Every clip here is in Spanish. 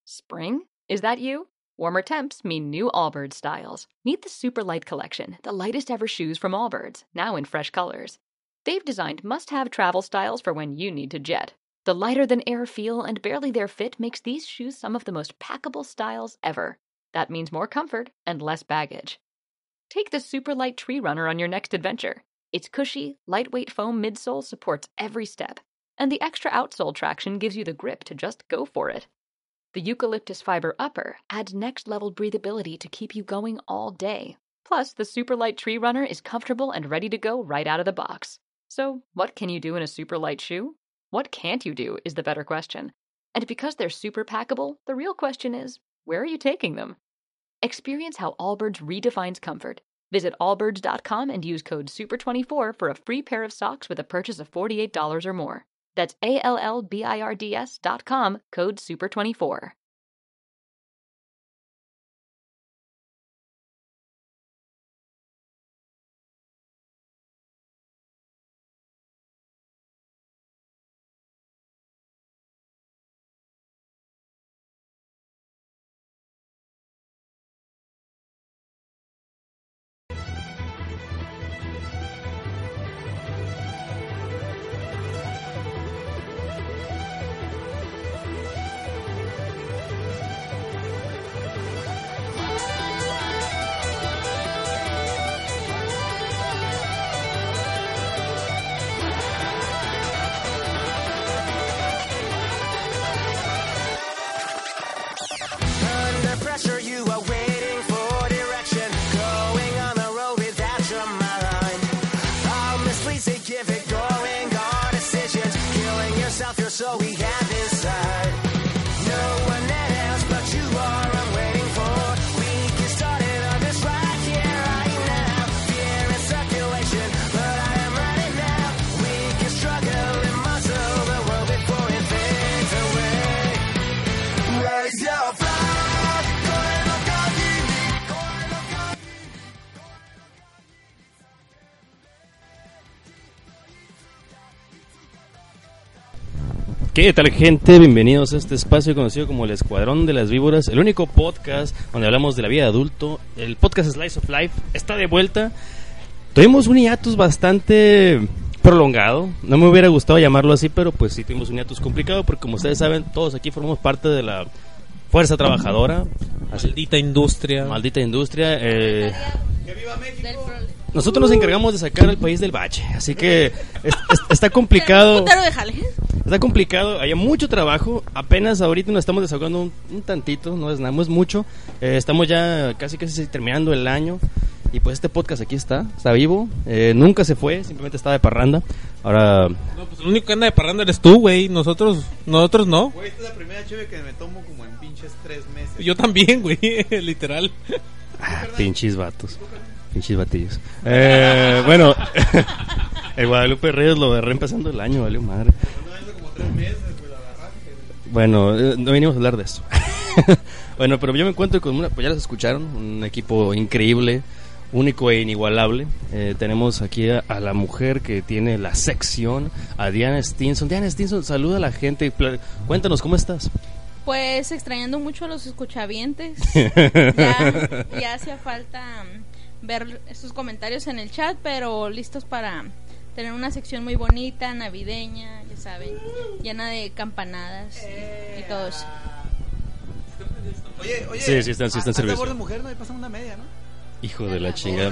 Spring? Is that you? Warmer temps mean new Allbirds styles. Meet the Super Light Collection, the lightest ever shoes from Allbirds, now in fresh colors. They've designed must-have travel styles for when you need to jet. The lighter-than-air feel and barely-there fit makes these shoes some of the most packable styles ever. That means more comfort and less baggage. Take the Super Light Tree Runner on your next adventure. Its cushy, lightweight foam midsole supports every step, and the extra outsole traction gives you the grip to just go for it. The eucalyptus fiber upper adds next-level breathability to keep you going all day. Plus, the Super Light Tree Runner is comfortable and ready to go right out of the box. So, what can you do in a super light shoe? What can't you do is the better question. And because they're super packable, the real question is, where are you taking them? Experience how Allbirds redefines comfort. Visit allbirds.com and use code SUPER24 for a free pair of socks with a purchase of $48 or more. That's ALLBIRDS.com, code SUPER24. ¿Qué tal, gente? Bienvenidos a este espacio conocido como el Escuadrón de las Víboras, el único podcast donde hablamos de la vida de adulto. El podcast Slice of Life está de vuelta. Tuvimos un hiatus bastante prolongado, no me hubiera gustado llamarlo así, pero pues sí tuvimos un hiatus complicado porque, como ustedes saben, todos aquí formamos parte de la fuerza trabajadora. Maldita industria. Maldita industria. ¡Que viva México! Nosotros nos encargamos de sacar al país del bache, así que está complicado. Está complicado, hay mucho trabajo. Apenas ahorita nos estamos desahogando un tantito, no es nada, no es mucho. Estamos ya casi terminando el año. Y pues este podcast aquí está vivo. Nunca se fue, simplemente estaba de parranda. Ahora... No, pues el único que anda de parranda eres tú, güey. Nosotros no. Güey, esta es la primera cheve que me tomo como en pinches 3 meses. Yo también, güey, literal. Pinches vatos. Pinches batillos. Bueno, el Guadalupe Reyes lo agarré empezando el año, valió madre. Como 3 meses, güey, la agarraste. Bueno, no venimos a hablar de eso. Bueno, pero yo me encuentro con pues ya los escucharon, un equipo increíble, único e inigualable. Tenemos aquí a la mujer que tiene la sección, a Diana Stinson. Diana Stinson, saluda a la gente. Cuéntanos, ¿cómo estás? Pues extrañando mucho a los escuchavientes. Ya hacía falta ver estos comentarios en el chat, pero listos para tener una sección muy bonita, navideña, ya saben, llena de campanadas y todo eso. Oye, sí están servicio. Sabor de mujer, no, ahí pasan una media, ¿no? Hijo de la chingada.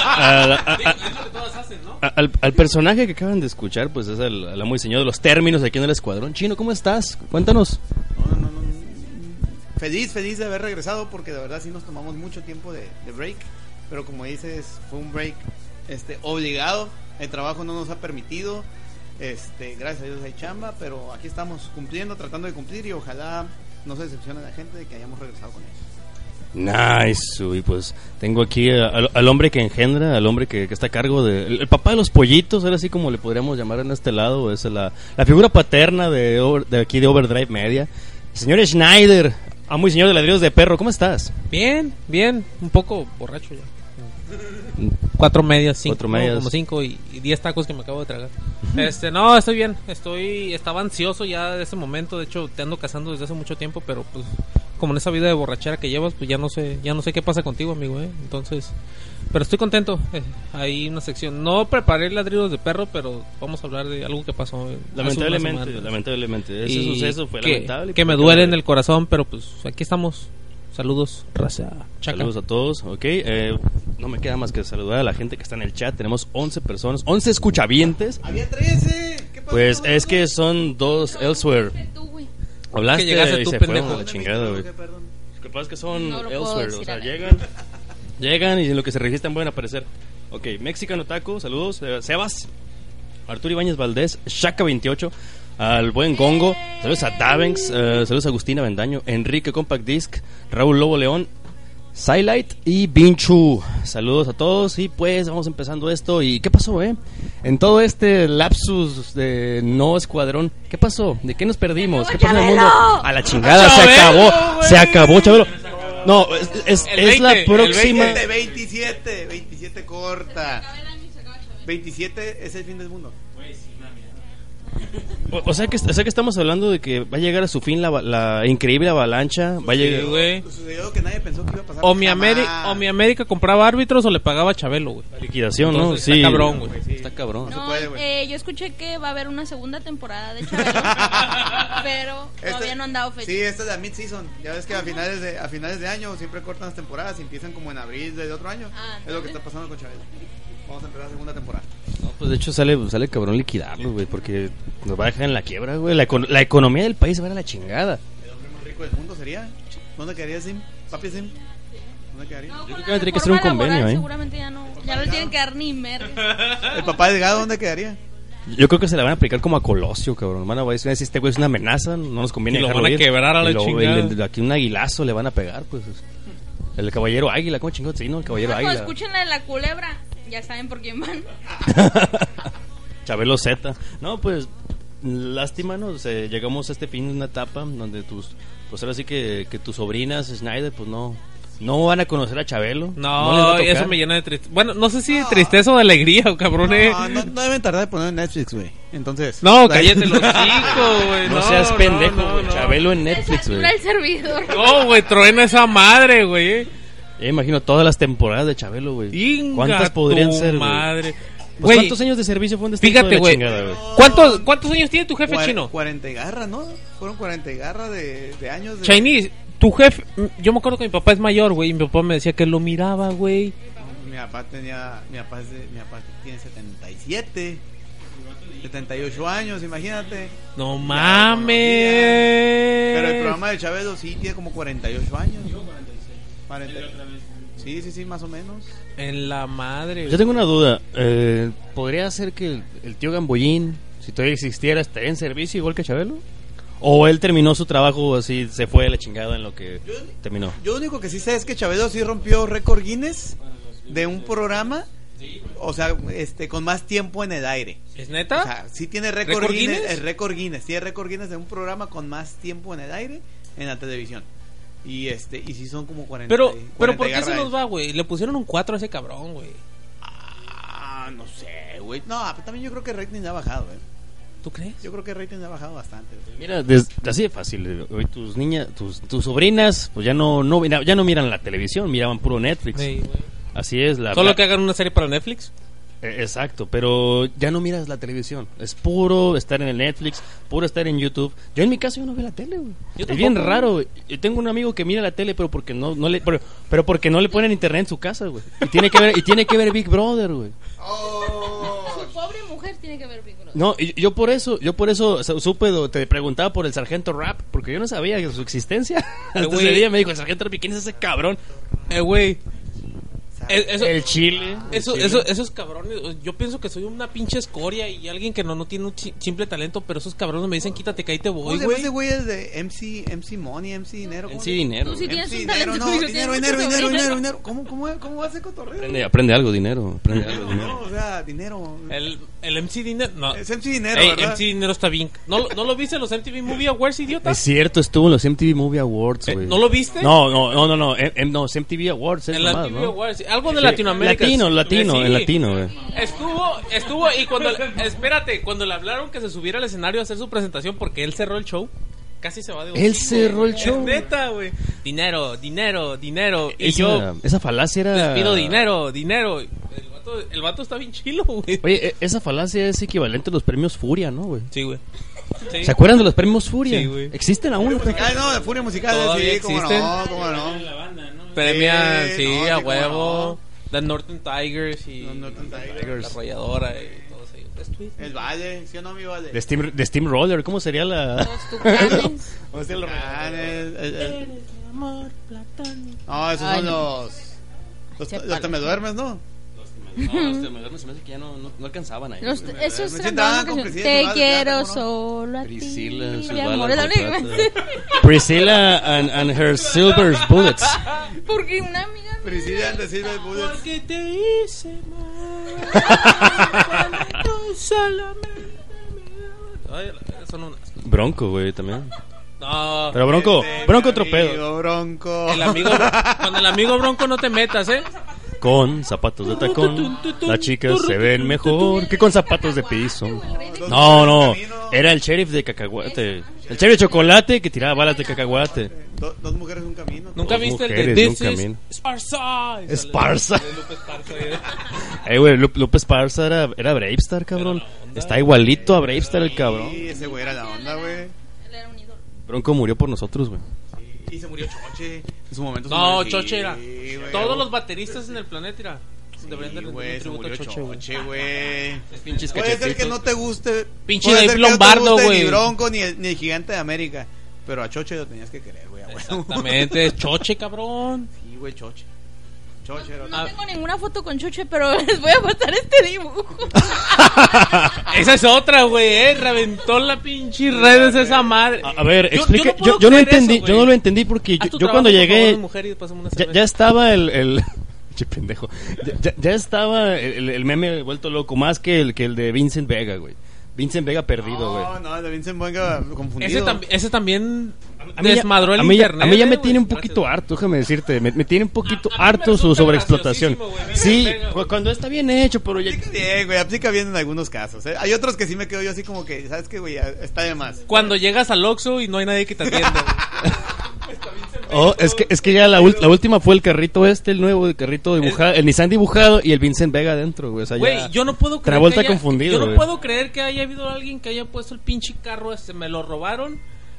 Al personaje que acaban de escuchar, pues es el amo y señor de los términos aquí en el Escuadrón. Chino, ¿cómo estás? Cuéntanos. No. Feliz de haber regresado, porque de verdad sí nos tomamos mucho tiempo de break. Pero como dices, fue un break obligado. El trabajo no nos ha permitido. Gracias a Dios hay chamba, pero aquí estamos cumpliendo, tratando de cumplir, y ojalá no se decepcione la gente de que hayamos regresado con ellos. Nice. Y pues tengo aquí al hombre que engendra, al hombre que está a cargo de el papá de los pollitos, ahora sí como le podríamos llamar en este lado. Es la figura paterna de aquí de Overdrive Media, el señor Schneider, amo y señor de ladrillos de perro. ¿Cómo estás? Bien, un poco borracho ya. 4 medias, 5, como 5 y 10 tacos que me acabo de tragar. No, estoy bien. Estaba ansioso ya de ese momento. De hecho, te ando cazando desde hace mucho tiempo, pero pues como en esa vida de borrachera que llevas, pues ya no sé qué pasa contigo, amigo, entonces, pero estoy contento. Hay una sección, no preparé ladridos de perro, pero vamos a hablar de algo que pasó lamentablemente ese suceso fue lamentable, que me duele en el corazón, pero pues aquí estamos. Saludos, raza. Chaca. Saludos a todos, ok. No me queda más que saludar a la gente que está en el chat. Tenemos 11 personas, 11 escuchavientes. Había 13. ¿Qué pasó? Pues es que son 2 elsewhere. Hablaste que y se fueron a la chingada, güey. Lo que pasa es que son elsewhere, o sea, llegan y en lo que se registran pueden aparecer. Ok, Mexicano Taco, saludos. Sebas, Arturo Ibáñez Valdés, Shaka28, al buen Gongo, saludos a Davenx, saludos a Agustina Bendaño, Enrique Compact Disc, Raúl Lobo León, Silite y Binchu. Saludos a todos y pues vamos empezando esto. ¿Y qué pasó, en todo este lapsus de no escuadrón? ¿Qué pasó? ¿De qué nos perdimos? ¿Qué pasó en el mundo? A la chingada, se acabó, Chabelo. No, es la próxima. El 27 corta. 27 es el fin del mundo. O sea que estamos hablando de que va a llegar a su fin la increíble avalancha. Va a llegar, güey. Sucedió que nadie pensó que iba a pasar. O mi América compraba árbitros o le pagaba a Chabelo, güey. La liquidación, entonces, ¿no? Sí. Está cabrón, güey. Sí. Está cabrón. No, yo escuché que va a haber una segunda temporada de Chabelo, pero todavía no han dado fecha. Sí, esta es la mid-season. Ya ves que a finales de año siempre cortan las temporadas y empiezan como en abril de otro año. Es lo que está pasando con Chabelo. Vamos a empezar la segunda temporada. No, pues de hecho sale cabrón liquidarlo, güey, porque nos va a dejar en la quiebra, güey. La economía del país va a la chingada. El hombre más rico del mundo sería. ¿Dónde quedaría Sim? ¿Papi Sim? ¿Dónde quedaría? No, yo creo que tendría que ser un convenio, seguramente ya no le tienen que dar ni merga. ¿El papá Delgado dónde quedaría? Yo creo que se la van a aplicar como a Colosio, cabrón. Van a decir, este güey es una amenaza, no nos conviene y dejarlo lo van a quebrar a la y chingada. aquí un aguilazo le van a pegar, pues. El caballero águila, ¿cómo chingón? Sí, ¿no? El caballero águila. Escuchen la culebra, ya saben por quién van. Chabelo Z. No, pues lástima, ¿no? Llegamos a este fin de una etapa donde pues ahora sí que tus sobrinas Schneider pues no van a conocer a Chabelo. No eso me llena de tristeza. Bueno, no sé si de tristeza o de alegría, cabrón. No deben tardar de poner en Netflix, güey. Entonces. No, cállate los chicos, güey. No seas pendejo, güey. Chabelo en Netflix, güey. el servidor. No, güey, truena esa madre, güey. Imagino todas las temporadas de Chabelo, güey. ¿Cuántas podrían ser, madre? Pues ¿cuántos años de servicio fue en este Fíjate, güey. ¿Cuántos años tiene tu jefe chino? 40 y garra, ¿no? Fueron 40 y garra de años. Chinese, tu jefe. Yo me acuerdo que mi papá es mayor, güey. Y mi papá me decía que lo miraba, güey. Mi papá tiene 77. 78 años, imagínate. No mames. Pero el programa de Chabelo sí tiene como 48 años. 40. Sí, más o menos. En la madre. Yo tengo una duda. ¿Podría ser que el tío Gamboín, si todavía existiera, estaría en servicio igual que Chabelo? ¿O él terminó su trabajo así, se fue a la chingada en lo que terminó? Yo lo único que sí sé es que Chabelo sí rompió récord Guinness de un programa, o sea, con más tiempo en el aire. ¿Es neta? O sea, sí tiene récord Guinness, el récord Guinness, sí es récord Guinness de un programa con más tiempo en el aire en la televisión. Y sí son como 40. Pero ¿por qué se nos va, güey? Le pusieron un 4 a ese cabrón, güey. No sé, güey. No, pero también yo creo que el rating ha bajado, ¿eh? ¿Tú crees? Yo creo que el rating ha bajado bastante, güey. Mira, así de fácil, güey. Tus niñas, tus sobrinas, pues ya no miran la televisión, miraban puro Netflix. Sí, güey. Así es. ¿Solo que hagan una serie para Netflix? Exacto, pero ya no miras la televisión. Es puro estar en el Netflix, puro estar en YouTube. Yo en mi caso yo no veo la tele, güey. Es bien raro, güey. Yo tengo un amigo que mira la tele, pero porque no le ponen internet en su casa, güey. Y tiene que ver Big Brother, güey. Su pobre mujer tiene que ver Big Brother. No, y yo por eso supe, te preguntaba por el Sargento Rap, porque yo no sabía de su existencia. Hasta ese día me dijo, el Sargento Rap, ¿quién es ese cabrón? Güey. El Chile. Esos cabrones, yo pienso que soy una pinche escoria y alguien que no tiene un simple talento, pero esos cabrones me dicen, quítate que ahí te voy, güey. Ese güey es de MC Money, MC Dinero. MC Dinero. Tú sí tienes un talento. No, dinero. ¿Cómo va ese cotorreo? Aprende algo, dinero. No, o sea, dinero. El MC Dinero, no. Es MC Dinero, ¿verdad? MC Dinero está bien. ¿No lo viste en los MTV Movie Awards, idiota? Es cierto, estuvo en los MTV Movie Awards, güey. ¿No lo viste? No, no, es MTV Awards. En los MTV Awards, algo de Latinoamérica. Latino, güey. Estuvo y cuando le hablaron que se subiera al escenario a hacer su presentación porque él cerró el show, Casi se va de Él cerró el show. Es neta, güey. Dinero. Y Esa falacia era... les pido dinero. El vato está bien chilo, güey. Oye, esa falacia es equivalente a los premios Furia, ¿no, güey? Sí, güey. Sí. ¿Se acuerdan de los premios Furia? Sí, güey. ¿Existen aún? Musical, no, de Furia Musical, Todavía sí, cómo existen. no. Premian, sí, no, a sí, huevo. cómo The Northern Tigers y Los Northern la Tigers. Arrolladora y todos ellos. Es tweet. El Valle, ¿sí o no, mi Valle? De Steamroller, ¿cómo sería la...? Los Tucanes. ¿Cómo sería No, esos Ay, son no. los Sepa. te me duermes, ¿no? No, los Temeduermes se me hace que ya no alcanzaban ahí. Los- güey. eso es Me una sientaban buena con canción. Priscila, Te ¿verdad? quiero ¿Cómo no? solo a ti. Priscila en sus mi amor. balas Es la de única que me plata. Priscilla and her silver bullets. sé. Porque una amiga me Priscila and the Silver Bullets. Porque te hice mal. Tú solamente me- Ay, son unas. Bronco, güey, también. No. Pero Bronco otro pedo. Amigo Bronco. Con el amigo Bronco no te metas, Con zapatos de tacón, las chicas se ven mejor que con zapatos de piso. No, era el sheriff de cacahuate. El sheriff de chocolate que tiraba balas de cacahuate. Dos mujeres, un camino. ¿Nunca Dos viste el de mujeres, This un is camino. Esparza? Esparza. De Lupe Esparza, Güey, Lupe Esparza era Bravestar, cabrón. Está igualito a Bravestar el cabrón. Sí, ese güey era la onda, güey. Él era un ídolo. Bronco murió por nosotros, güey. Y se murió Choche. En su momento se No, murió. Choche era. Sí, güey. Todos los bateristas en el planeta era. Deberían de Sí, rendir güey, un se tributo murió a Choche, güey. Choche, güey. Pinches Puede ser que cachetitos. no te guste. Pinche puede Dave ser que no te Lombardo, guste güey. Ni Bronco ni el Gigante de América. Pero a Choche lo tenías que querer, güey. Exactamente, es Choche, cabrón. Sí, güey, Choche. Choche era No tengo ninguna foto con Chuche, pero les voy a pasar este dibujo. Esa es otra, güey, reventó la pinche redes esa madre. A ver, Yo- explique. yo no puedo Yo no creer entendí, eso, yo güey. no lo entendí porque Haz tu yo cuando trabajo, por llegué favor, mujer, y pásame una cerveza. ya estaba el che pendejo. Ya estaba el meme vuelto loco más que el de Vincent Vega, güey. Vincent Vega perdido, güey. No, el de Vincent Vega confundido. Ese también A mí ya- desmadró el a mí ya- internet. A mí ya me güey. tiene un Gracias. poquito harto, déjame decirte. Me tiene un poquito A mí me harto su resulta sobreexplotación. graciosísimo, güey. Sí, Venga, güey. cuando está bien hecho, pero ya... Aplica bien, güey, aplica bien en algunos casos. Hay otros que sí me quedo yo así como que, ¿sabes qué, güey? Ya está de más. Cuando llegas al Oxxo y no hay nadie que te atienda. güey. Oh, es que ya la última fue el carrito el nuevo, el carrito dibujado, el Nissan dibujado y el Vincent Vega adentro, güey. O sea, Güey, ya... yo no puedo creer Travolta que haya, confundido, yo no güey. puedo creer que haya habido alguien que haya puesto el pinche carro me lo robaron.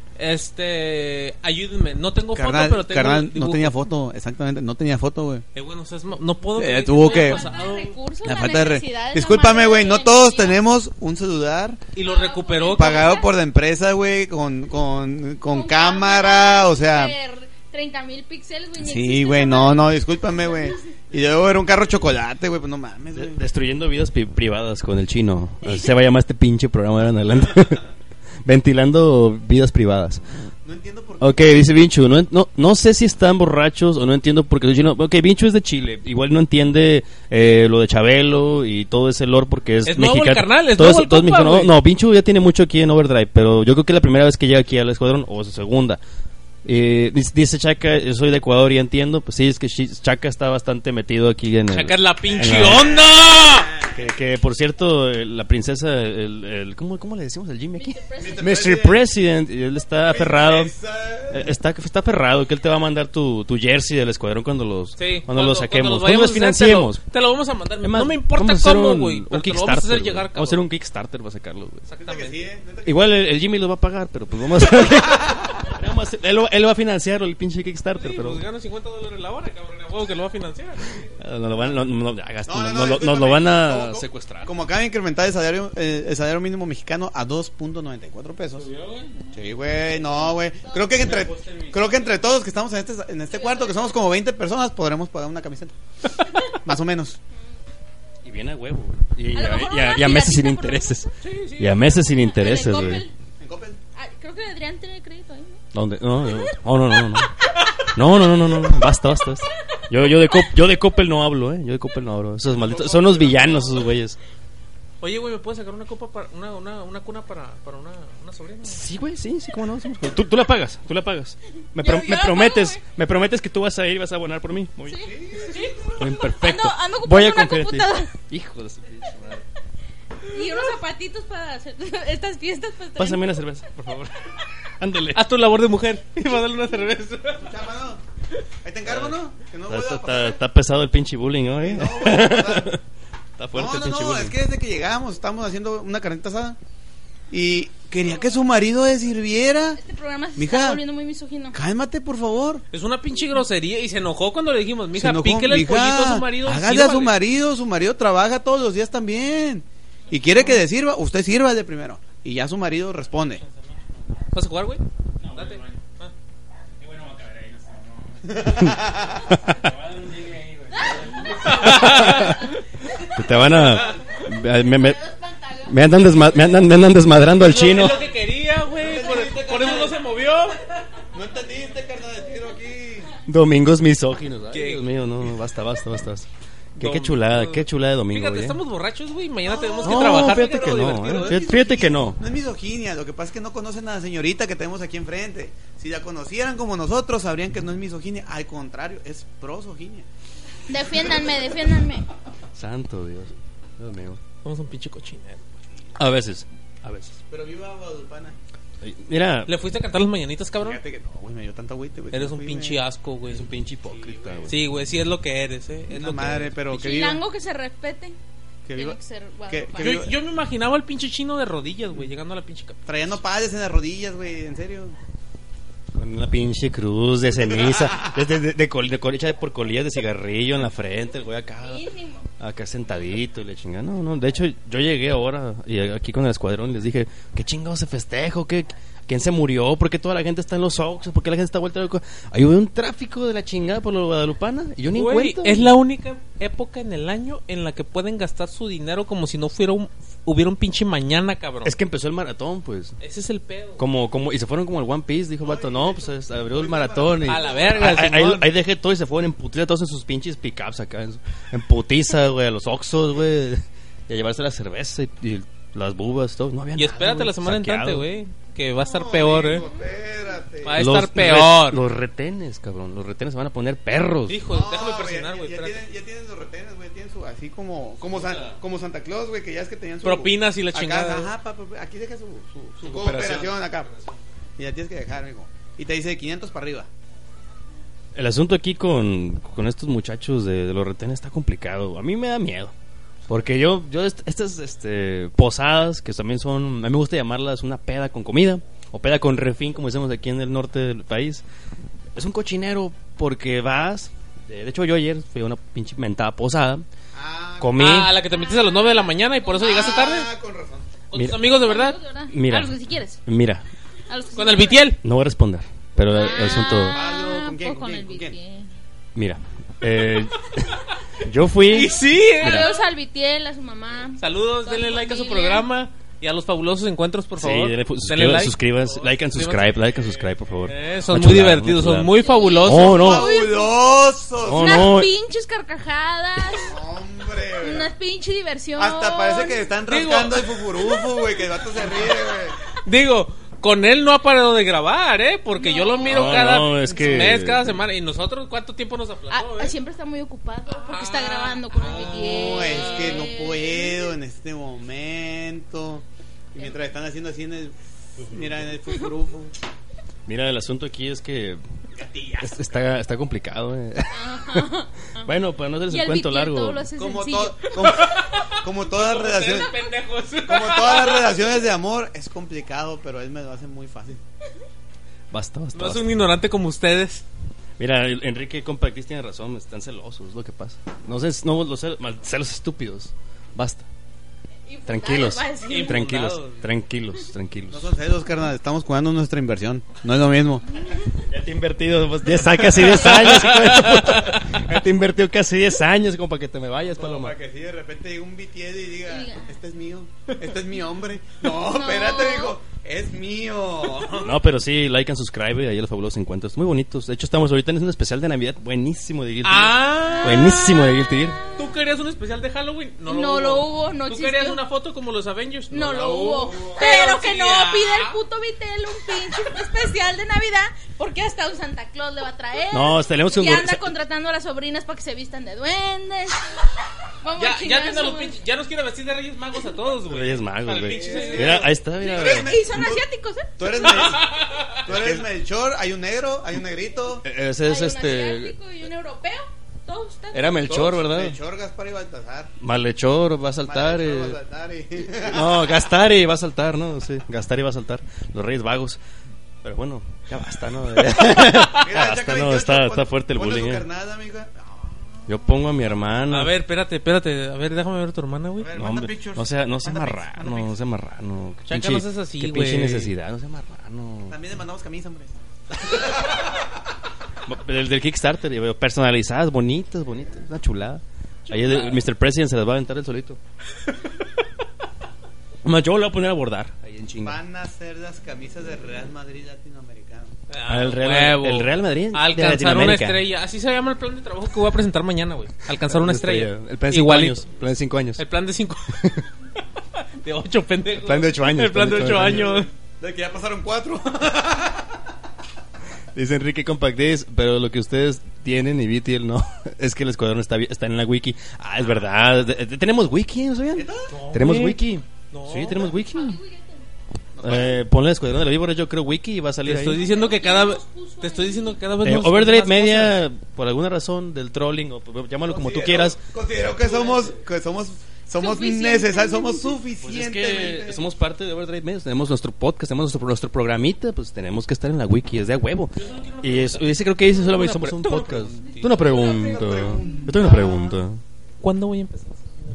Ayúdenme, no tengo foto, pero tengo Carnal, no dibujo. tenía foto, exactamente, no tenía foto, güey. Bueno, o sea, no puedo creer tuvo esto haya que- pasado. Recursos, La la falta de necesidad es la Discúlpame, madre güey, de no la todos ingeniería. tenemos un celular Y lo recuperó. pagado por la empresa, güey, con cámara, o sea... 30,000 píxeles, güey. ni Sí, existe güey, esa no, madre. discúlpame, güey. Y luego era un carro chocolate, güey, pues no mames, güey. Destruyendo vidas privadas con el chino. Así se va a llamar este pinche programa de ahora en adelante. Ventilando vidas privadas. No entiendo por qué. Ok, dice Vinchu, no sé si están borrachos o no entiendo por qué soy chino. Ok, Vinchu es de Chile, igual no entiende lo de Chabelo y todo ese lore porque es Es nuevo mexicano. el carnal, es Todo nuevo el todo es compa, mexicano. güey. No, Vinchu ya tiene mucho aquí en Overdrive, pero yo creo que es la primera vez que llega aquí al escuadrón, o su segunda. Dice Chaca, yo soy de Ecuador y entiendo, pues sí, es que Chaca está bastante metido aquí en el... Sacar la pinche en la- onda. Que por cierto, la princesa, ¿cómo le decimos al Jimmy aquí? Mr. Mr. President, y él está aferrado. Está aferrado que él te va a mandar tu jersey del escuadrón cuando lo saquemos, cuando los financiemos. Te lo vamos a mandar. Es más, No me importa vamos a hacer cómo, un güey. Pero te lo vamos a Kickstarter, hacer güey. llegar, Vamos a hacer un cabrón. Kickstarter para sacarlo, güey. Exactamente. Igual el Jimmy lo va a pagar, pero pues vamos a hacer... él va a financiar el pinche Kickstarter, Sí, pero... pues gana $50 la hora, cabrón. A huevo que lo va a financiar. Nos lo van a secuestrar. Como acaba de incrementar el salario mínimo mexicano a 2.94 pesos. Sí, güey, no, güey. Creo que entre todos que estamos en este cuarto, que somos como 20 personas, podremos pagar una camiseta. Más o menos. Y viene a huevo, güey. A lo mejor Y una a meses sin piratita por intereses. Sí, sí. Y a meses sin intereses, En güey. Coppel. En Coppel. Ah, creo que Adrián tiene crédito ahí, ¿no? ¿Dónde? No. Basta. Yo de Coppel no hablo, Yo de Coppel no hablo. Esos malditos, son los villanos esos güeyes. Oye, güey, ¿me puedes sacar una copa para una cuna para una sobrina? Sí, güey, sí, cómo no. Tú la pagas. Me Yo la prometes que tú vas a ir y vas a abonar por mí. Muy bien. Muy bien, perfecto. Ando ocupando Voy a una confiar en ti. computadora. Hijo de su pinche madre. Y unos zapatitos para hacer estas fiestas. Pues, Pásame una cerveza, por favor. Ándale. Haz tu labor de mujer y va a darle una cerveza. Chama, ¿no? Ahí te encargo, ¿no? Que no vuelva a pasar. Está pesado el pinche bullying, ¿no? No vuelva a pasar. Está fuerte el pinche No, bullying. es que desde que llegamos estábamos haciendo una carnita asada y quería que su marido le sirviera. Este programa se Mija, está volviendo muy misógino. Cálmate, por favor. Es una pinche grosería y se enojó cuando le dijimos, Se mija, enojó, píquele el mija, pollito a su marido. y hágale a su sírvale. su marido trabaja todos los días también. Y quiere que le sirva, usted sirva de primero. Y ya su marido responde. ¿Vas a jugar, güey? No, date. Ah. Qué bueno va a caber ahí, no. Te van a... Me andan desmadrando al chino. Es lo que quería, güey. Por eso no se movió. No entendiste, carnal, de tiro aquí. Domingos misóginos. Ay, ¿Qué? Dios mío, no, basta. Qué chulada de domingo, Fíjate, güey. estamos borrachos, güey. Mañana tenemos que No, trabajar. fíjate que pero no, divertido, Fíjate que no. No es misoginia, lo que pasa es que no conocen a la señorita que tenemos aquí enfrente. Si la conocieran como nosotros, sabrían que no es misoginia. Al contrario, es prosoginia. Defiéndanme. Santo Dios. Dios mío. Somos un pinche cochinero. A veces. Pero viva Guadalupana. Ay, mira, ¿Le fuiste a cantar las mañanitas, cabrón? Fíjate que no, güey, me dio tanta agüite, güey. Eres un Fui, pinche asco, güey. es un pinche hipócrita, güey. Sí, güey, sí es lo que eres, Es Una lo que madre, eres. pero que viva. Chilango que se respete. Que Tiene viva. que ser que Guadalupana. viva- Yo me imaginaba al pinche chino de rodillas, güey, llegando a la pinche capa. Traía nopales en las rodillas, güey, en serio. Con una pinche cruz de ceniza, de colilla por colillas de cigarrillo en la frente, el güey acá sentadito y le chingada. No, de hecho yo llegué ahora y aquí con el escuadrón y les dije, ¿qué chingados se festejo? ¿Quién se murió? ¿Por qué toda la gente está en los Oxxos? ¿Por qué la gente está vuelta loca? Hay un tráfico de la chingada por la Guadalupana y yo ni en Güey, cuenta. es la única época en el año en la que pueden gastar su dinero como si no hubiera un pinche mañana, cabrón. Es que empezó el maratón, pues. Ese es el pedo. Y se fueron como el One Piece, dijo el vato, no, pues abrió el maratón y A la verga, Simón. ahí dejé todo y se fueron en putiza todos en sus pinches pickups acá, en putiza, güey, a los Oxxos, güey, y a llevarse la cerveza y las bubas, todo, no había Y nada, espérate güey, la semana saqueado. entrante, güey, que va a estar peor, Espérate. Va a estar peor. Los retenes, cabrón, los retenes se van a poner perros. Hijo, déjame presionar, güey, ya espérate. tienen los retenes, güey. Tienen su. Así como Santa Claus, güey, que ya es que tenían su. Propinas y la acá, chingada. Ajá, aquí deja su cooperación acá. Y ya tienes que dejar, mijo. Y te dice 500 para arriba. El asunto aquí con estos muchachos de los retenes está complicado. A mí me da miedo. Porque yo estas posadas, que también son, a mí me gusta llamarlas una peda con comida, o peda con refín, como decimos aquí en el norte del país, es un cochinero porque vas, de hecho yo ayer fui a una pinche mentada posada, comí, Ah, la que te metiste a las 9 de la mañana y por eso llegaste tarde. Con razón. ¿Con Mira. tus amigos de verdad? Mira. A los que si quieres. mira, A los que Con sí el quieres. Vitiel. no voy a responder, pero el asunto, ¿Con quién? pues ¿Con quién? el ¿Con quién? Vitiel. mira, yo fui, Y sí, Saludos al Vitiel, a su mamá. Saludos, Toda denle su like a su familia. programa y a los fabulosos encuentros, por sí, favor. denle like, suscríbanse, like and subscribe, por favor. Son Una muy chulada, divertidos, una son chulada. muy fabulosos. Oh, no, ¡Fabulosos! Oh, Unas no. pinches carcajadas. Hombre, güey. Una pinche diversión. Hasta parece que están rascando el fufurufo, güey, que el vato se ríe, güey. Digo, con él no ha parado de grabar, porque yo lo miro No, cada no, es que- mes, cada semana. ¿Y nosotros cuánto tiempo nos aplazó, Siempre está muy ocupado porque está grabando con el Vitiel. No, es que no puedo en este momento. Y mientras están haciendo así en el. Mira, en el fufurufo. Mira, el asunto aquí es que está complicado. Bueno, para no hacerles Y el el cuento Vitiel largo. todo lo hace Como, sencillo. como todas las relaciones. Ustedes pendejos. Como todas las relaciones de amor, es complicado, pero él me lo hace muy fácil. Basta. No es un ignorante como ustedes. Mira, Enrique, compa, Cris tiene razón, están celosos, es lo que pasa. No sé, no los celos estúpidos. Basta. Tranquilos, Va a decir. tranquilos. No son celos, carnal. Estamos cuidando nuestra inversión. No es lo mismo. Ya te he invertido pues, casi 10 años. hijo de tu puta. Ya te he invertido casi 10 años como para que te me vayas, Paloma. Para que si de repente llegue un BTS y diga: Diga. Este es mío. Este es mi hombre. No, espérate, dijo. Es mío. No, pero sí, like and subscribe, ahí los fabulosos encuentros. Muy bonitos. De hecho, estamos ahorita en un especial de Navidad buenísimo de Guilty Gear. Ah. Buenísimo de Guilty Gear. ¿Tú querías un especial de Halloween? No lo hubo, no ¿Tú existió. querías una foto como los Avengers? No la lo hubo. Pero que sí, no ah. pide el puto Vitiel un pinche especial de Navidad porque hasta un Santa Claus le va a traer. No, tenemos un Y anda contratando a las sobrinas para que se vistan de duendes. Vamos a Ya chingar tiene a su los madre. pinches. Ya nos quiere vestir de Reyes Magos a todos, güey. Reyes Magos, Para el güey. pinche- Mira, ahí está, mira. Y son asiáticos, ¿eh? Tú eres Melchor, hay un negro, hay un negrito. Ese es Hay un asiático y un europeo. Todos están. Era Melchor, ¿verdad? Melchor, Gaspar y Baltasar. Malhechor va a saltar. Malhechor, Baltasar y- No, Gastari va a saltar, ¿no? Sí, Gastari va a saltar. Los Reyes Vagos. Pero bueno, ya basta, ¿no? Mira, Basta, Chaca no, 28, está fuerte el ponle bullying, su eh. carnada, amiga. Yo pongo a mi hermana. A ver, espérate. A ver, déjame ver a tu hermana, güey. A ver, No, manda hombre, pictures. no sea Manda pics, marrano, manda no sea marrano. Qué Chaca, pinche- no seas así, qué güey. pinche necesidad, no sea marrano. También le mandamos camisa, hombre. Del Kickstarter, yo veo personalizadas, bonitas, una chulada. Ahí el Mr. President se las va a aventar el solito. Más yo lo voy a poner a bordar. Ahí en chinga. Van a ser las camisas de Real Madrid latinoamericano. El Real Madrid de Alcanzar una Latinoamérica. estrella. Así se llama el plan de trabajo que voy a presentar mañana, güey. Alcanzar una estrella. El plan de 5 Igualito. años. Plan de 5 años. El plan de 5. De 8, pendejo. El plan de 8 años. El plan de 8 años. De que ya pasaron 4. Dice Enrique Compact Days, pero lo que ustedes tienen y BTL no, es que el escuadrón está en la wiki. Ah, es verdad. Tenemos wiki, ¿no sabían? Tenemos güey. wiki. No. Sí, tenemos wiki. Ponle el escuadrón de la víbora, yo creo wiki y va a salir Te ahí. estoy diciendo que cada vez. Te estoy diciendo que cada vez nos- Overdrive más Media, por alguna razón del trolling, o llámalo como tú quieras. Considero que somos necesarios, somos Pues es suficientemente. que somos parte de Overdrive Media, tenemos nuestro podcast, tenemos nuestro programita, pues tenemos que estar en la wiki, es de a huevo. Y ese creo que dice solo somos un podcast. Tú una pregunta. Yo tengo una pregunta. cosas. ¿Cuándo voy a empezar?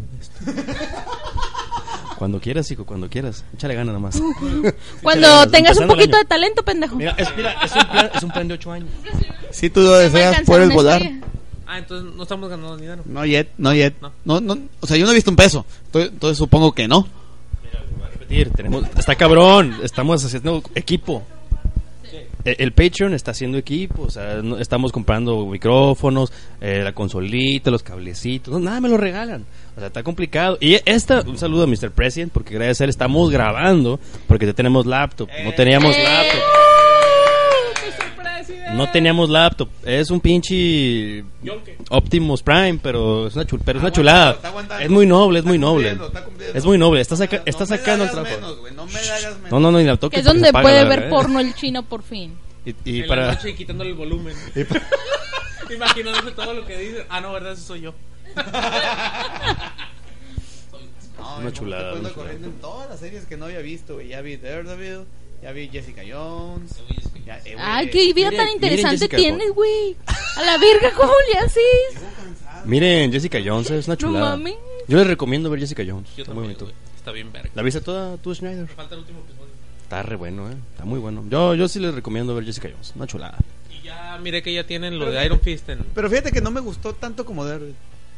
Cuando quieras, hijo, cuando quieras. Échale ganas nomás. Cuando Échale ganas, tengas un empezando el poquito año. de talento, pendejo. Mira, es un plan de 8 años. Si tú lo Va a deseas, alcanzar puedes una volar. estrella. Ah, entonces no estamos ganando ni dinero. No yet. No. No, o sea, yo no he visto un peso. Entonces supongo que no. Voy a repetir, está cabrón, estamos haciendo equipo. El Patreon está haciendo equipo, o sea, estamos comprando micrófonos, la consolita, los cablecitos, no, nada me lo regalan, o sea, está complicado. Y un saludo a Mr. President, porque gracias a él estamos grabando, porque ya tenemos laptop, no teníamos laptop. No teníamos laptop, es un pinche Optimus Prime, pero es una chulada. Está aguantando. Es muy noble, Está cumpliendo. es muy noble, está No sacando me el hagas trabajo. menos, güey, no me hagas menos. No, ni la toques. Que es porque donde se paga, puede la ver verdad, porno el chino por fin. Y En para la noche quitándole el volumen. Imaginándose todo lo que dice. Ah, no, ¿verdad? Eso soy yo. No, Una yo chulada, estoy una corriendo en todas las series que no había visto, güey. Ya vi Daredevil, ya vi Jessica Jones. Ya, güey, Ay, qué vida miren, tan interesante Jessica tienes, güey. A la verga, ¿cómo le haces? Miren, Jessica Jones es una No chulada. mames. Yo les recomiendo ver Jessica Jones. Yo Está muy también, bonito. güey. Está bien verga. ¿La viste toda tú, Schneider? Falta el último episodio. Está re bueno, Está muy bueno. Yo sí les recomiendo ver Jessica Jones. Una chulada. Y ya miré que ya tienen lo de Iron Fist en... Pero fíjate que no me gustó tanto como Daredevil.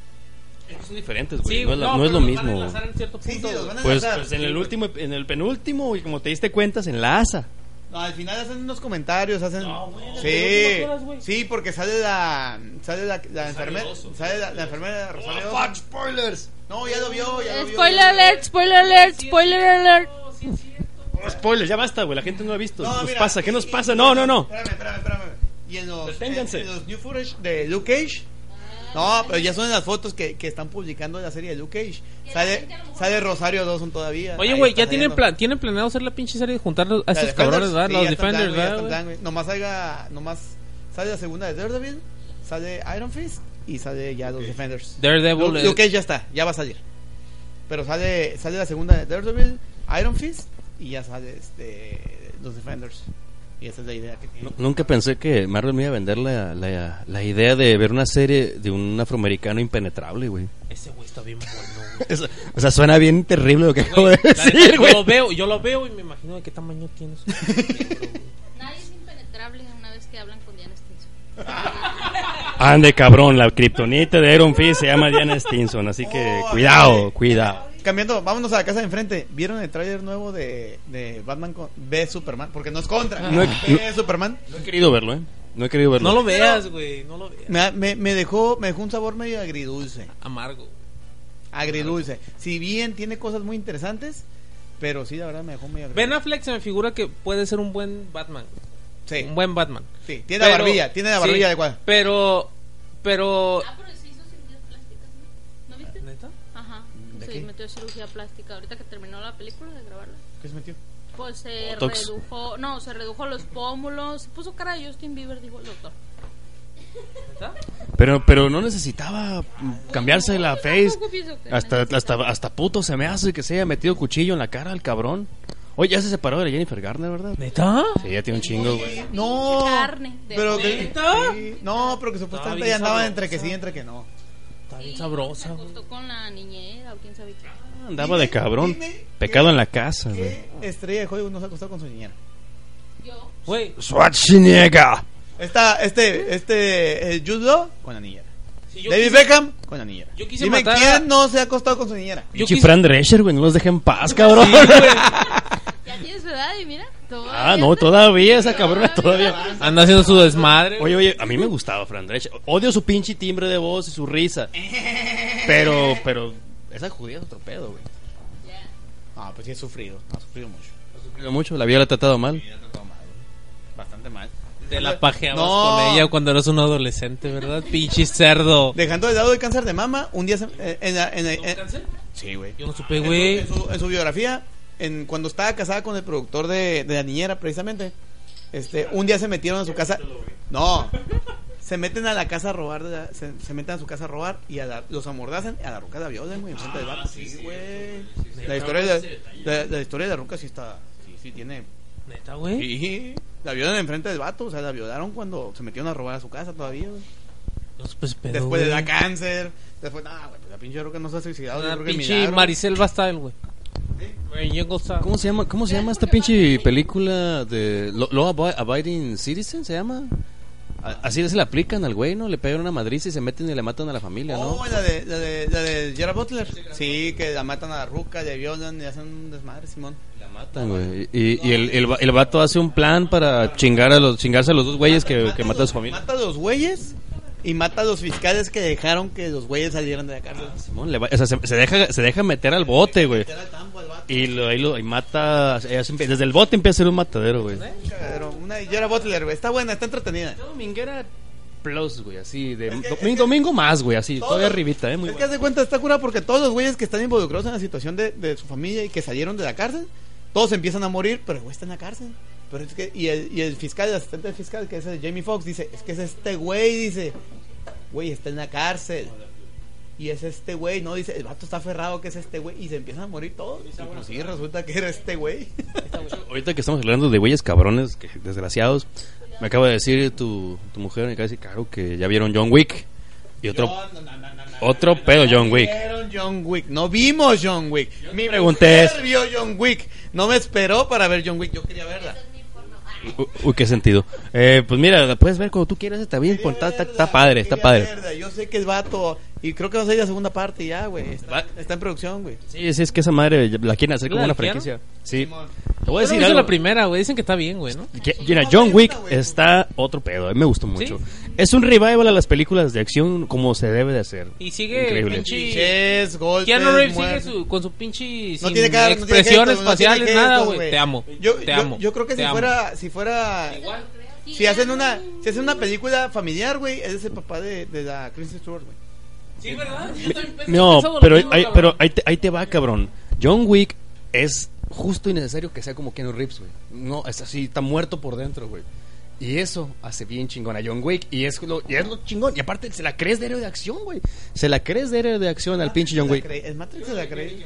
Son diferentes, güey. Sí, no es, no es pero lo los van a mismo. enlazar en cierto Sí, punto, sí, los güey. van a Pues, enlazar. pues en el penúltimo, y como te diste cuenta, se enlaza. No, al final hacen unos comentarios, hacen... No, güey, las sí, últimas horas, güey. sí, porque sale la enfermera, Dawson. sale la enfermera de Rosario Dawson. spoilers! No, ya lo vio, ya lo vio. Spoiler alert, spoiler alert, spoiler alert. Sí, es cierto. Spoilers, ya basta, güey. La gente no lo ha visto. No, ¿Qué nos mira, pasa? ¿Qué nos y- pasa? No. Espérame. Y en los Deténganse. en los new footage de Luke Cage. No, pero ya son en las fotos que están publicando la serie de Luke Cage. Sale Rosario Dawson todavía. Oye, Ahí güey, está ya tienen, saliendo. tienen planeado hacer la pinche serie de juntar a La estos Defenders, cabrones, ¿verdad? sí, Los ya está en Defenders, plan, güey, ya está en ¿verdad? plan, güey. Nomás sale la segunda de Daredevil, sale Iron Fist y sale ya los Defenders. Daredevil, Luke Cage ya está, ya va a salir. Pero sale la segunda de Daredevil, Iron Fist y ya sale los Defenders. Y esa es la idea que tiene. Nunca pensé que Marvel me iba a vender la idea de ver una serie de un afroamericano impenetrable, güey. Ese güey está bien bueno, güey. O sea, suena bien terrible lo que acabo Güey, de la neta, decir, güey. yo lo veo y me imagino de qué tamaño tienes. Nadie es impenetrable una vez que hablan con Diana Stinson. Ande, cabrón, la kriptonita de Iron Fist se llama Diana Stinson, así que cuidado. Cambiando, vámonos a la casa de enfrente. ¿Vieron el tráiler nuevo de Batman v Superman? Porque no es contra. No he- V Superman. No he querido verlo, No he querido verlo. No lo veas, güey, no lo veas. Me dejó un sabor medio agridulce. Amargo. Agridulce. Si bien tiene cosas muy interesantes, pero sí, la verdad me dejó medio agridulce. Ben Affleck se me figura que puede ser un buen Batman. Sí, Un buen Batman. sí, tiene la barbilla sí, adecuada. Pero Ah, pero se hizo cirugías plásticas, ¿no? ¿No viste? ¿neta? se qué? metió cirugía plástica. Ahorita que terminó la película de grabarla. ¿Qué se metió? Pues se Botox. redujo los pómulos. Se puso cara de Justin Bieber, dijo el doctor. Pero no necesitaba cambiarse la face. Tampoco pienso que Hasta puto se me hace que se haya metido cuchillo en la cara al cabrón. Oye, ya se separó de la Jennifer Garner, ¿verdad? ¿Neta? Sí, ya tiene un chingo, güey. No. Carne de Pero que, ¿Neta? sí, no, pero que supuestamente bien ya andaban sabrosa. entre que sí, entre que no. Está bien Se sabrosa, güey. acostó con la niñera o quién sabe qué. Andaba de cabrón. Dime Pecado en la casa, güey. ¿Qué estrella de Hollywood no se ha acostado con su niñera? Yo. Güey, Schwarzenegger. Jude Law con la niñera. si yo David quise- Beckham con la niñera. Yo quise Dime matar a- quién no se ha acostado con su niñera. yo Pinche quise- Fran Drescher, güey, no los dejen en paz, cabrón. Ya tiene su edad y mira. Ah, no, todavía esa cabrona todavía. Anda haciendo su desmadre. Oye, a mí me gustaba Fran Drescher. Odio su pinche timbre de voz y su risa. Pero esa judía es otro pedo, güey. Ah, pues sí, ha sufrido mucho. Ha sufrido mucho, la vida la ha tratado mal. Sí, ha tratado mal, güey. Bastante mal. Te la pajeabas No. con ella cuando eras un adolescente, ¿verdad? Pinche cerdo. Dejando de lado el cáncer de mama, un día sí, güey. Yo no supe, güey. En su biografía, cuando estaba casada con el productor de la niñera, precisamente, un día se metieron a su casa. No, se meten a la casa a robar, se meten a su casa a robar y los amordazan y a la ruca la violan, güey, enfrente del vato. Sí, güey. La historia de la ruca sí está, sí tiene. Neta, güey. Sí, la violan enfrente del vato, o sea, la violaron cuando se metieron a robar a su casa todavía, güey. No supe ese pedo, Después de güey. da cáncer, después, güey, pues la pinche ruca no se ha suicidado, yo Una creo que pinche milagro. Maricel Bastyle, güey. Mary Jane Style. ¿Cómo se llama esta pinche película de Law Abiding Citizen? ¿Se llama? Así se le aplican al güey, ¿no? Le pegan una madriza y se meten y le matan a la familia, ¿no? Oh, la de Gerard Butler. Sí, que la matan a la ruca, le violan y hacen un desmadre, Simón. La matan, güey. Y el vato hace un plan para chingarse a los dos güeyes que matan a su familia. Mata a los güeyes y mata a los fiscales que dejaron que los güeyes salieran de la cárcel. Simón, o sea, se deja meter al bote, güey. Meter al tambo al vato. Y mata. Desde el bote empieza a ser un matadero, güey. Cabrón, una de Gerard Butler, güey. Está buena, está entretenida. Dominguera plus, güey, así. que- Domingo más, güey, así. Todo- Todavía arribita, muy Es que haz de cuenta, está curada porque todos los güeyes que están involucrados en la situación de su familia y que salieron de la cárcel, todos empiezan a morir, pero el güey está en la cárcel. Pero es que, y el fiscal, el asistente del fiscal, que es el Jamie Foxx, dice, es que es este güey, dice, güey, está en la cárcel. Y es este güey, no, dice, el vato está aferrado que es este güey. Y se empiezan a morir todos. Y pues sí, resulta que era este güey. Ahorita que estamos hablando de güeyes cabrones, desgraciados, me acaba de decir tu mujer, me acaba de decir, claro, que ya vieron John Wick. Y otro pedo John Wick. Vieron John Wick. No vimos John Wick. Mi pregunté mujer vio John Wick. No me esperó para ver John Wick. Yo quería verla. Uy, qué sentido. Pues mira, la puedes ver como tú quieras, está bien, está padre, está Quería padre. verla. Yo sé que el vato. Y creo que va a salir la segunda parte ya, güey. Está en producción, güey. Sí, es que esa madre la quieren hacer como ¿La una hicieron? franquicia. Sí. Simón. Te voy a Yo no decir he visto algo. la primera, güey. Dicen que está bien, güey, ¿no? Mira, John Wick está otro pedo, a mí me gustó mucho. Es un revival a las películas de acción como se debe de hacer. Y sigue Increíble. pinche... Clichés, golpes, Keanu Reeves sigue muertes. con su pinche... No sin tiene cara, no tiene expresiones gestos, no tiene faciales, nada, gestos, güey. Te amo. Te amo. Yo creo que te si amo. fuera si hacen una película familiar, güey, él es el papá de la Kristen Stewart, güey. Sí, ¿verdad? No, pero ahí te va, cabrón. John Wick es justo y necesario que sea como Keanu Reeves, güey. No, es así, está muerto por dentro, güey. Y eso hace bien chingón a John Wick. Y es lo chingón. Y aparte, se la crees de héroe de acción, güey. Se la crees de héroe de acción al pinche John Wick. El Matrix se la cree.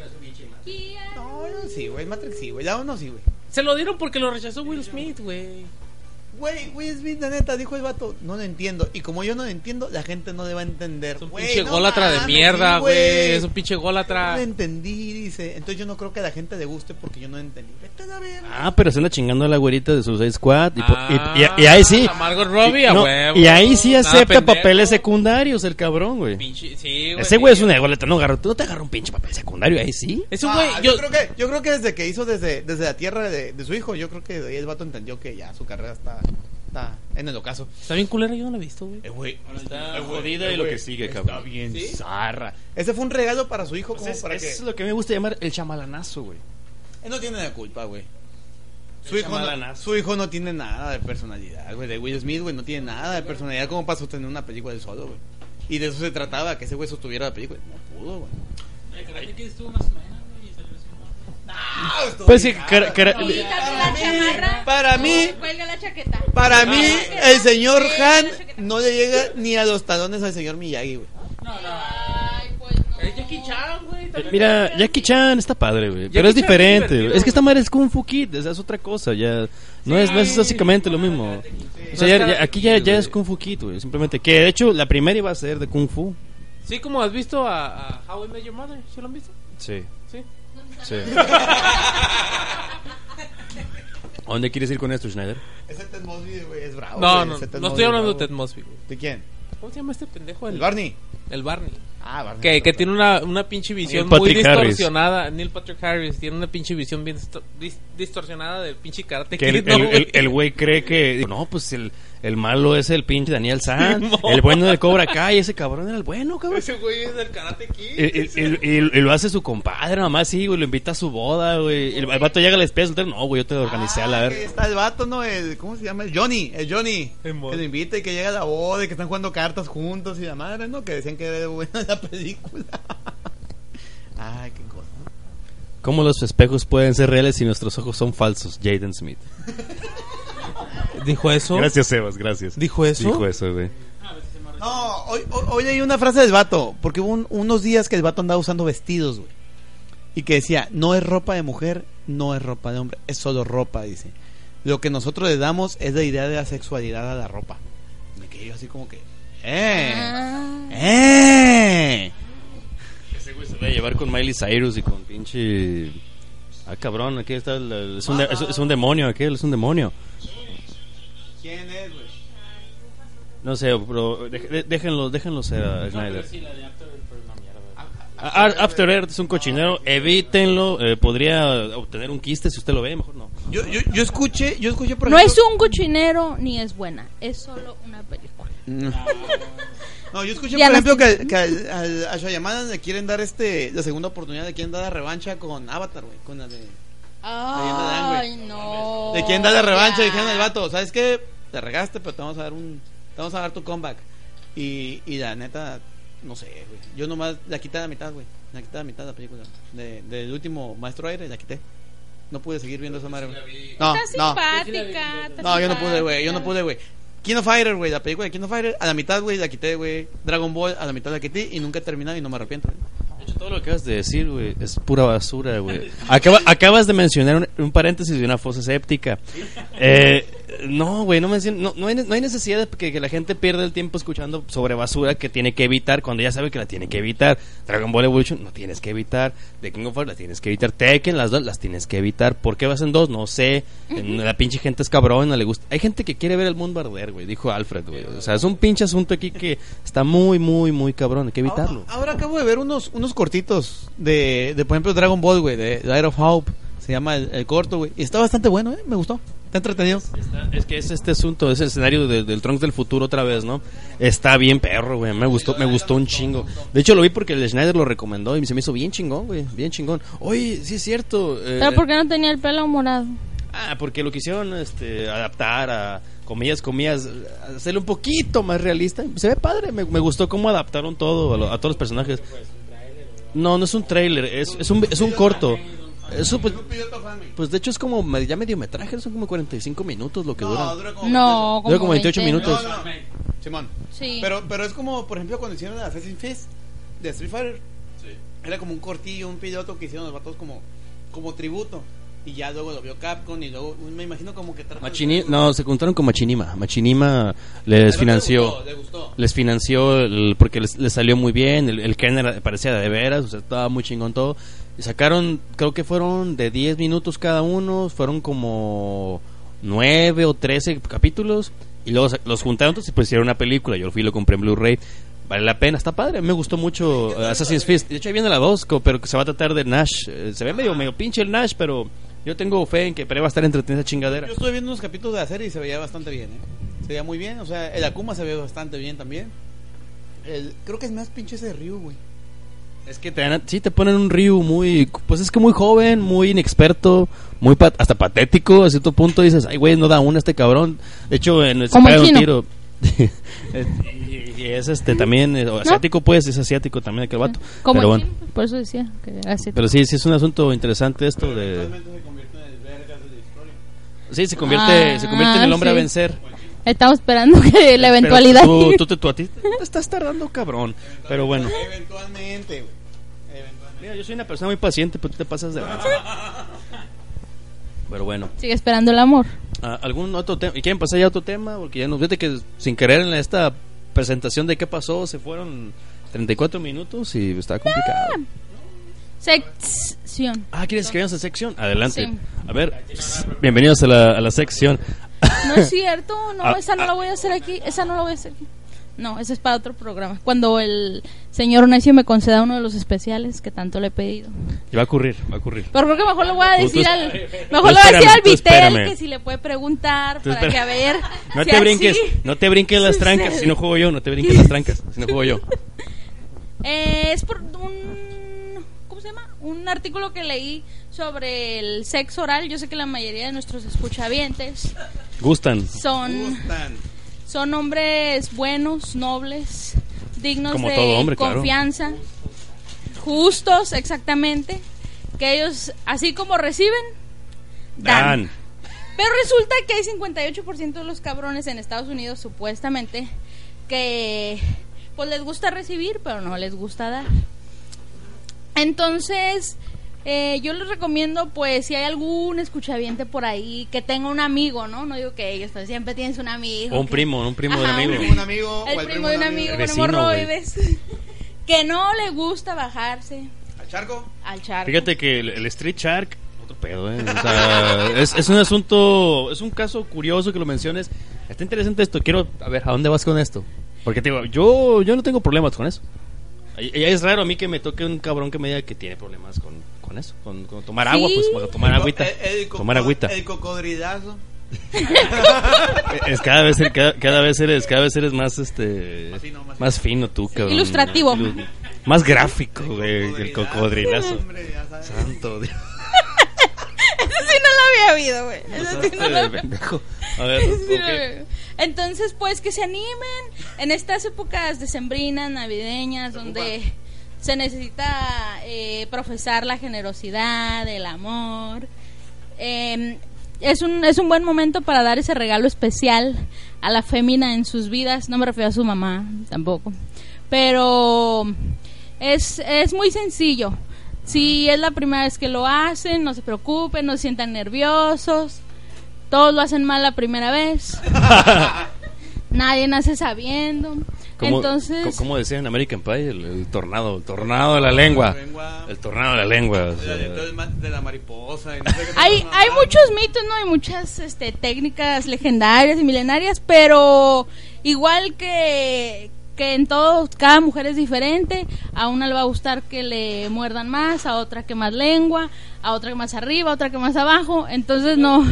No, sí, güey, el Matrix sí, güey. La uno sí, güey. Se lo dieron porque lo rechazó Will Smith, güey. Güey, Will Smith, la neta, dijo el vato, no lo entiendo. Y como yo no lo entiendo, la gente no le va a entender. Es un Güey, pinche no gólatra de mames, mierda, sí, güey. Es un pinche No gólatra. lo entendí, dice. Entonces yo no creo que a la gente le guste porque yo no lo entendí. Vete a ver. Ah, pero se anda chingando a la güerita de Suicide Squad. Ah, Y ahí sí. a Margot Robbie, a No, huevo. y ahí sí Nada acepta pendejo. papeles secundarios, el cabrón, güey. Pinche, sí, güey. Ese güey es una ególatra, no te agarra un pinche papel secundario, ahí sí. Es un güey. Yo creo que desde que hizo desde la tierra de su hijo, yo creo que de ahí el vato entendió que ya su carrera está en el ocaso. Está bien culera, yo no la he visto, güey. Güey, Está jodida y lo que sigue, cabrón. Está bien ¿Sí? zarra. Ese fue un regalo para su hijo, como para que... Es lo que me gusta llamar el chamalanazo, güey. Él no tiene la culpa, güey. El chamalanazo. Su hijo no tiene nada de personalidad, güey. De Will Smith, güey, no tiene nada de personalidad como para sostener una película de solo, güey. Y de eso se trataba, que ese güey sostuviera la película. No pudo, güey. Karate Kid estuvo más o menos, güey, y salió así. Pues sí, Quítate la chamarra. Para mí, o cuelga la chaqueta. para mí, el señor Sí, Han la chaqueta. no le llega ni a los talones al señor Miyagi, güey. Ay, pues no. Es Jackie Chan, güey. también. Mira, Jackie Chan está padre, güey. Jackie Pero es Chan diferente, es güey. divertido, Es que esta güey. madre es Kung Fu Kid, es otra cosa, ya. No es básicamente lo mismo. O sea, aquí ya es Kung Fu Kid, güey. Simplemente que, de hecho, la primera iba a ser de Kung Fu. Sí, como has visto a How I Met Your Mother, ¿sí lo han visto? Sí, Sí. sí. ¿A dónde quieres ir con esto, Schneider? Ese Ted Mosby, güey, es bravo. No, güey. no, Ese Ted no Mosby estoy hablando de es Ted bravo. Mosby, güey. ¿De quién? ¿Cómo se llama este pendejo? ¿El Barney? El Barney. Ah, Barney. Que tiene una pinche visión Neil muy Patrick Harris. distorsionada. Neil Patrick Harris tiene una pinche visión bien distorsionada del pinche Karate Que Kid, ¿no, güey? el güey cree que... No, pues el malo es el pinche Daniel San. Sí, no. El bueno del Cobra Kai. Ese cabrón era el bueno, cabrón. Ese güey es del Karate Kid. Y lo hace su compadre, mamá, sí, güey, lo invita a su boda, güey. El vato llega a la especie, no, güey, yo te lo organicé a la Que verga. está el vato, ¿no? ¿Cómo se llama? El Johnny. Que lo invita y que llega a la boda y que están jugando cartas juntos y la madre, ¿no? Que decían que era buena la película. Ay, qué cosa. ¿Cómo los espejos pueden ser reales si nuestros ojos son falsos? Jaden Smith. ¿Dijo eso? Gracias, Sebas, gracias. ¿Dijo eso? Dijo eso, güey. No, hoy hay una frase del vato, porque hubo unos días que el vato andaba usando vestidos, güey. Y que decía, no es ropa de mujer, no es ropa de hombre, es solo ropa, dice. Lo que nosotros le damos es la idea de la sexualidad a la ropa. Me quedé yo así como que, Ese güey se va a llevar con Miley Cyrus y con pinche... Ah, cabrón, aquí está, es un demonio, aquel es un demonio. ¿Quién es, güey? No sé, pero déjenlo ser a Schneider. Sí, la de After Earth fue una mierda. After Earth es un cochinero, evítenlo, podría obtener un quiste si usted lo ve, mejor no. Yo escuché por No ejemplo... es un cochinero ni es buena, es solo una película. No, yo escuché Ya por no ejemplo estoy- que a Shyamalan le quieren dar la segunda oportunidad, le quieren dar la revancha con Avatar, güey, con la de... Ay, no. Le quieren dar la revancha, Ya. dijeron al vato, ¿sabes qué? Te regaste, pero te vamos a dar tu comeback. Y la neta, no sé, güey. Yo nomás la quité a la mitad, güey. La quité a la mitad de la película. Del último Maestro Aire, la quité. No pude seguir viendo esa madre, güey. No, Está no. simpática. está No, yo no pude, güey. simpática. Yo no pude, güey. King of Fighter, güey. La película de King of Fighter, a la mitad, güey, la quité, güey. Dragon Ball, a la mitad la quité y nunca he terminado y no me arrepiento, güey. De hecho, todo lo que acabas de decir, güey, es pura basura, güey. Acabas de mencionar un paréntesis de una fosa séptica. No, güey, no hay necesidad de que la gente pierda el tiempo escuchando sobre basura que tiene que evitar cuando ya sabe que la tiene que evitar. Dragon Ball Evolution no tienes que evitar. The King of Fighters la tienes que evitar. Tekken, las dos las tienes que evitar. ¿Por qué vas en dos? No sé. La pinche gente es cabrón, no le gusta. Hay gente que quiere ver el mundo arder, güey, dijo Alfred, güey. O sea, es un pinche asunto aquí que está muy, muy, muy cabrón. Hay que evitarlo. Ahora acabo de ver unos cortitos de por ejemplo, Dragon Ball, güey, de Light of Hope. Se llama el corto, güey. Y está bastante bueno, me gustó. Está entretenido. Es que es este asunto, es el escenario del Trunks del futuro otra vez, ¿no? Está bien perro, güey, me gustó un chingo. De hecho lo vi porque el Schneider lo recomendó y se me hizo bien chingón, güey, bien chingón. Oye, sí es cierto. Pero ¿por qué no tenía el pelo morado? Porque lo quisieron adaptar a comillas, hacerlo un poquito más realista. Se ve padre, me gustó cómo adaptaron todo a todos los personajes. No es un trailer, es un corto. Eso pues de hecho es como ya mediometraje, son como 45 minutos lo que dura. dura como No, Dura como 28 minutos. No. Simón. Sí. Pero es como, por ejemplo, cuando hicieron la Assassin's Creed de Street Fighter. Era como un cortillo, un piloto que hicieron los vatos como tributo. Y ya luego lo vio Capcom y luego me imagino como que Se juntaron con Machinima. Machinima les financió. Le gustó. Les financió porque les salió muy bien. El Kenner parecía de veras, o sea, estaba muy chingón todo. Y sacaron, creo que fueron de 10 minutos cada uno. Fueron como 9 o 13 capítulos. Y luego los juntaron entonces y pues hicieron una película. Yo lo fui y lo compré en Blu-ray. Vale la pena, está padre, me gustó mucho Assassin's Creed. De hecho ahí viene la 2, pero que se va a tratar de Nash. Se ve medio pinche el Nash, pero yo tengo fe en que va a estar entretenida esa chingadera. Yo estuve viendo unos capítulos de la serie y se veía bastante bien, Se veía muy bien, o sea, el Akuma se ve bastante bien también. Creo que es más pinche ese Ryu, güey. Es que te ponen un Ryu muy, pues es que muy joven, muy inexperto, muy hasta patético. A cierto punto dices, ay güey, no da una este cabrón. De hecho, se Como pega el un chino. tiro. Y es también asiático, pues, es asiático también aquel vato. Como Pero el bueno. Jim, por eso decía que era asiático. Pero sí es un asunto interesante esto de... Actualmente se convierte en el vergas de la historia. Sí, se convierte en el hombre sí. a vencer. Estamos esperando que la eventualidad. Tú a ti te estás tardando, cabrón. Pero bueno. Eventualmente, güey. Mira, yo soy una persona muy paciente, pero tú te pasas de lanza. Pero bueno. Sigue esperando el amor. ¿Algún otro tema? ¿Y quieren pasar ya a otro tema? Porque ya nos vete que sin querer en esta presentación de qué pasó se fueron 34 minutos y está complicado. Sección. ¿Quieres que vayamos a sección? Adelante. Sí. A ver, bienvenidos a la sección. No es cierto, no, esa no la voy a hacer aquí. Esa no la voy a hacer aquí. No, esa es para otro programa. Cuando el señor Necio me conceda uno de los especiales que tanto le he pedido. Y va a ocurrir. Pero creo que mejor le voy a decir al tú Vitel espérame. que si le puede preguntar Tú para espérame. que a ver. No si te así- brinques las trancas, si no juego yo, no te brinques las trancas, si no juego yo. Es por ¿cómo se llama? Un artículo que leí sobre el sexo oral. Yo sé que la mayoría de nuestros escuchavientes Gustan. son hombres buenos, nobles, dignos Como de todo hombre, claro. confianza, justos, exactamente, que ellos, así como reciben, dan. Pero resulta que hay 58% de los cabrones en Estados Unidos, supuestamente, que pues les gusta recibir, pero no les gusta dar. Entonces, yo les recomiendo, pues, si hay algún escuchaviente por ahí que tenga un amigo, ¿no? No digo que ellos, pero siempre tienes un amigo. O un primo de un Ajá, amigo. Un amigo, El o primo de un amigo El con vecino, hemorroides. Que no le gusta bajarse ¿Al charco? al charco. Fíjate que el Street Shark, otro pedo, O sea, es un asunto, es un caso curioso que lo menciones. Está interesante esto. Quiero, a ver, ¿a dónde vas con esto? Porque te digo, yo no tengo problemas con eso. Y es raro a mí que me toque un cabrón que me diga que tiene problemas con eso, con tomar agua, Sí. pues, para tomar agüita, tomar agüita. El cocodrilazo. Es cada vez eres más más fino tú, cabrón. Ilustrativo. Más gráfico, güey, el cocodrilazo. Hombre, ya sabes. Santo Dios. Eso sí no lo había oído, güey. Eso sí no lo había Pendejo. A ver, Sí, ok. no lo había oído. Entonces, pues, que se animen en estas épocas decembrinas, navideñas, donde se necesita profesar la generosidad, el amor. Es un buen momento para dar ese regalo especial a la fémina en sus vidas. No me refiero a su mamá, tampoco. Pero es muy sencillo. Si es la primera vez que lo hacen, no se preocupen, no se sientan nerviosos. Todos lo hacen mal la primera vez. Nadie nace sabiendo. Entonces, como decía en American Pie, el tornado de la lengua. El tornado de la lengua. O sea, De la mariposa. Y no sé qué hay tantas muchos mitos, ¿no? Hay muchas técnicas legendarias y milenarias, pero igual que en todo, cada mujer es diferente. A una le va a gustar que le muerdan más, a otra que más lengua, a otra que más arriba, a otra que más abajo. Entonces no.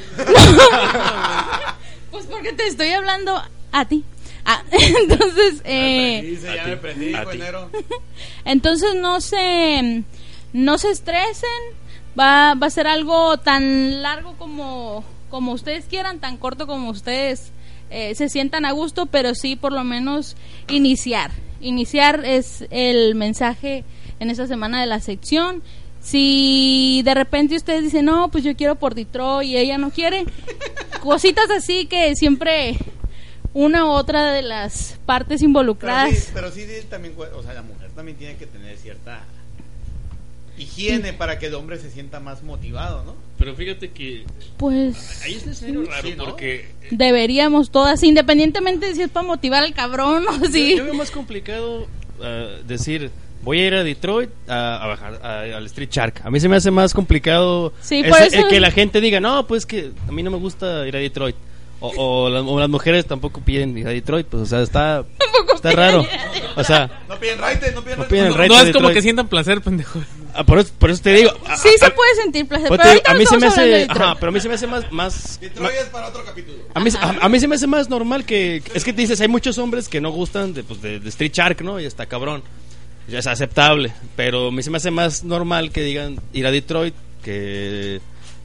Pues porque te estoy hablando a ti. Entonces, ya me prendí, A ti. enero. entonces no se estresen. Va a ser algo tan largo como ustedes quieran, tan corto como ustedes se sientan a gusto, pero sí por lo menos iniciar es el mensaje en esta semana de la sección. Si de repente ustedes dicen, no, pues yo quiero por Detroit y ella no quiere, cositas así que siempre una u otra de las partes involucradas. Pero sí, también, o sea, la mujer también tiene que tener cierta higiene para que el hombre se sienta más motivado, ¿no? pero fíjate que Pues ahí es un escenario raro, Sí, ¿no? porque deberíamos todas, independientemente de si es para motivar al cabrón o si... yo veo más complicado decir, voy a ir a Detroit a bajar al Street Shark. A mí se me hace más complicado Sí, por eso- que la gente diga, no, pues que a mí no me gusta ir a Detroit. O las mujeres tampoco piden ir a Detroit, pues, o sea, está raro. O sea, No piden raite, no piden No piden raite. raite. No es de como Detroit. que sientan placer, pendejo. por eso te digo. Sí se puede sentir placer, pues pero te digo, ahorita a mí no se me estamos hablando de hace, Detroit. ajá, pero a mí se me hace más Detroit es para otro capítulo. a mí se me hace más normal que es que te dices, hay muchos hombres que no gustan de Street Shark, ¿no? Y está cabrón. Ya es aceptable, pero a mí se me hace más normal que digan ir a Detroit que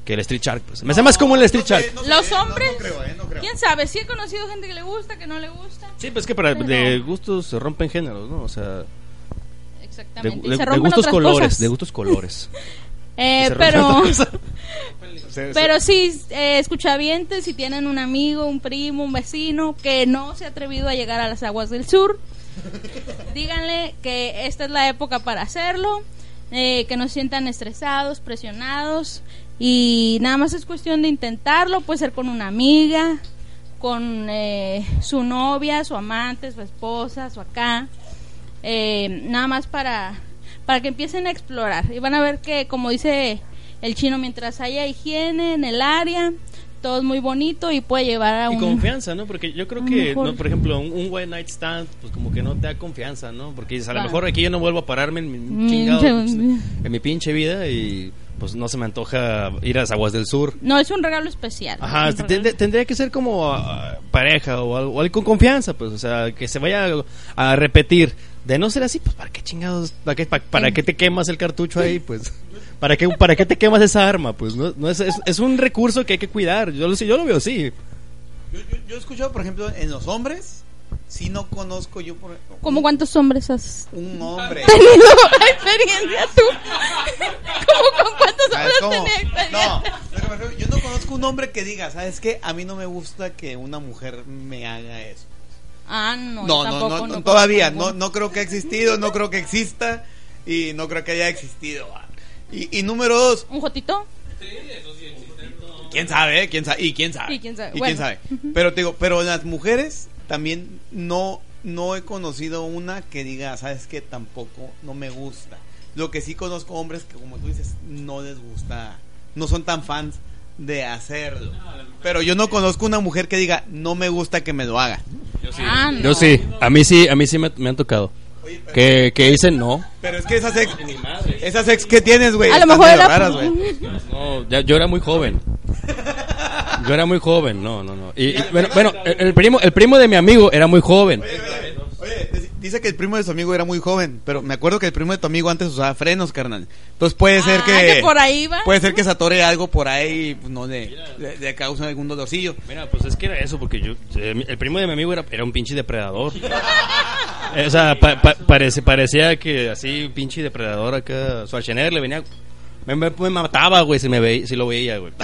que el Street Shark. Pues. Me hace más común el Street Shark. Los hombres, no creo. quién sabe, sí he conocido gente que le gusta, que no le gusta. Sí, pues es que para, Pero- de gustos se rompen géneros, ¿no? O sea, de, Exactamente. Y de se rompen gustos otras colores, cosas. de gustos colores. Se rompen Pero, otras cosas. pero sí, escuchavientes, si tienen un amigo, un primo, un vecino que no se ha atrevido a llegar a las aguas del sur, díganle que esta es la época para hacerlo, que no se sientan estresados, presionados, y nada más es cuestión de intentarlo. Puede ser con una amiga, con su novia, su amante, su esposa, su acá, nada más para que empiecen a explorar, y van a ver que, como dice el chino, mientras haya higiene en el área, todo es muy bonito y puede llevar a Y un... confianza, ¿no? Porque yo creo un que, mejor- no, por ejemplo, un one night stand, pues como que no te da confianza, ¿no? Porque dices, a lo Claro. mejor aquí yo no vuelvo a pararme en mi en mi pinche vida y pues no se me antoja ir a las aguas del sur. No, es un regalo especial. Ajá, Es un regalo- tendría que ser como pareja o algo con confianza, pues, o sea, que se vaya a repetir. De no ser así, pues, ¿para qué chingados? ¿Para qué te quemas el cartucho ahí? Pues, ¿para qué te quemas esa arma? Pues, no es un recurso que hay que cuidar. Yo lo veo así. Yo he escuchado, por ejemplo, en los hombres, si no conozco yo por ¿Cómo cuántos hombres has un hombre. tenido experiencia tú? ¿Cómo con cuántos ¿Sabes hombres cómo? has tenido experiencia? No, lo que me refiero, yo no conozco un hombre que diga, ¿sabes qué? A mí no me gusta que una mujer me haga eso. Ah, no, No, tampoco, no, todavía, conozco no creo que ha existido, no creo que exista y no creo que haya existido. Va. Y número 2, ¿Un jotito? ¿quién sabe? ¿Quién sabe? ¿Y quién sabe? Sí, quién sabe. ¿Y Bueno. quién sabe? Pero te digo, pero las mujeres también no he conocido una que diga, ¿sabes qué? Tampoco, no me gusta. Lo que sí conozco hombres que, como tú dices, no les gusta, no son tan fans de hacerlo. Pero yo no conozco una mujer que diga, no me gusta que me lo haga. Ah, no. Yo sí, a mí sí me han tocado. Oye, pero, Que dicen no. pero es que esas ex que tienes, güey, A lo están mejor medio era... raras, güey. No, yo era muy joven. Yo era muy joven, no. Y bueno, el primo de mi amigo era muy joven. Oye, dice que el primo de su amigo era muy joven, pero me acuerdo que el primo de tu amigo antes usaba frenos, carnal. Entonces puede ser que por ahí va. puede ser que se atore algo por ahí, pues, no le causa algún dolorcillo. Mira, pues es que era eso, porque el primo de mi amigo era un pinche depredador. O sea, parecía que así, pinche depredador acá, Schwarzenegger le venía... Me mataba, güey, si lo veía, güey.